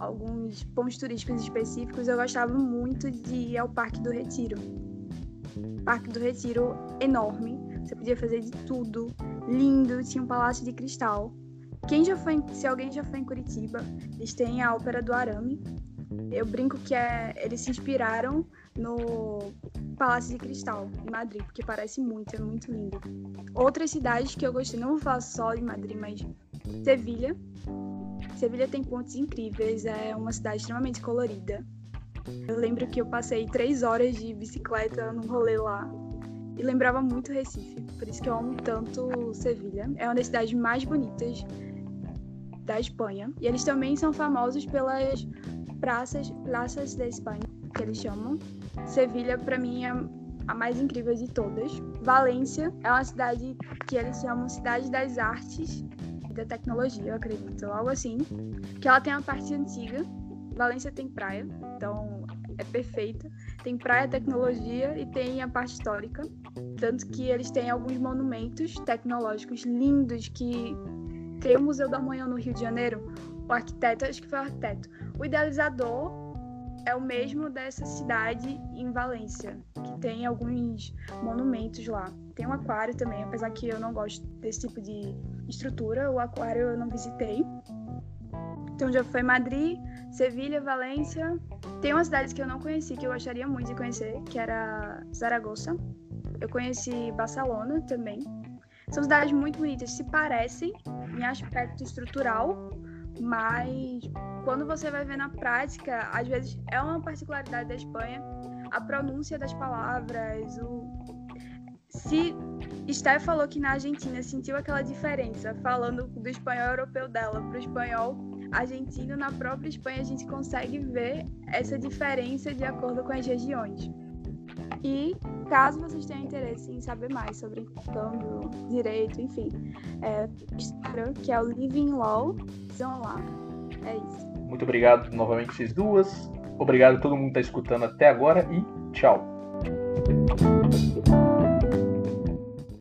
alguns pontos turísticos específicos, eu gostava muito de ir ao Parque do Retiro. Parque do Retiro enorme, você podia fazer de tudo, lindo, tinha um palácio de cristal. Se alguém já foi em Curitiba, eles têm a Ópera do Arame. Eu brinco que eles se inspiraram no Palácio de Cristal, em Madrid, porque parece muito, é muito lindo. Outras cidades que eu gostei, não vou falar só de Madrid, mas Sevilha. Sevilha tem pontos incríveis, é uma cidade extremamente colorida. Eu lembro que eu passei 3 horas de bicicleta num rolê lá e lembrava muito Recife, por isso que eu amo tanto Sevilha. É uma das cidades mais bonitas da Espanha e eles também são famosos pelas praças da Espanha, que eles chamam. Sevilha, para mim, é a mais incrível de todas. Valência é uma cidade que eles chamam Cidade das Artes e da Tecnologia, eu acredito, algo assim, que ela tem uma parte antiga. Valência tem praia, então é perfeita. Tem praia, tecnologia e tem a parte histórica. Tanto que eles têm alguns monumentos tecnológicos lindos que tem o Museu do Amanhã no Rio de Janeiro. O arquiteto, acho que foi o arquiteto. O idealizador é o mesmo dessa cidade em Valência, que tem alguns monumentos lá. Tem um aquário também, apesar que eu não gosto desse tipo de estrutura. O aquário eu não visitei. Então já foi Madrid, Sevilha, Valência. Tem uma cidade que eu não conheci, que eu gostaria muito de conhecer, que era Zaragoza. Eu conheci Barcelona também. São cidades muito bonitas, se parecem em aspecto estrutural, mas quando você vai ver na prática, às vezes é uma particularidade da Espanha, a pronúncia das palavras. Se Esther falou que na Argentina sentiu aquela diferença, falando do espanhol europeu dela para o espanhol argentino, na própria Espanha a gente consegue ver essa diferença de acordo com as regiões. E caso vocês tenham interesse em saber mais sobre intercâmbio, direito, enfim, que é o Living Law, vão lá. É isso. Muito obrigado novamente vocês duas. Obrigado a todo mundo que está escutando até agora e tchau.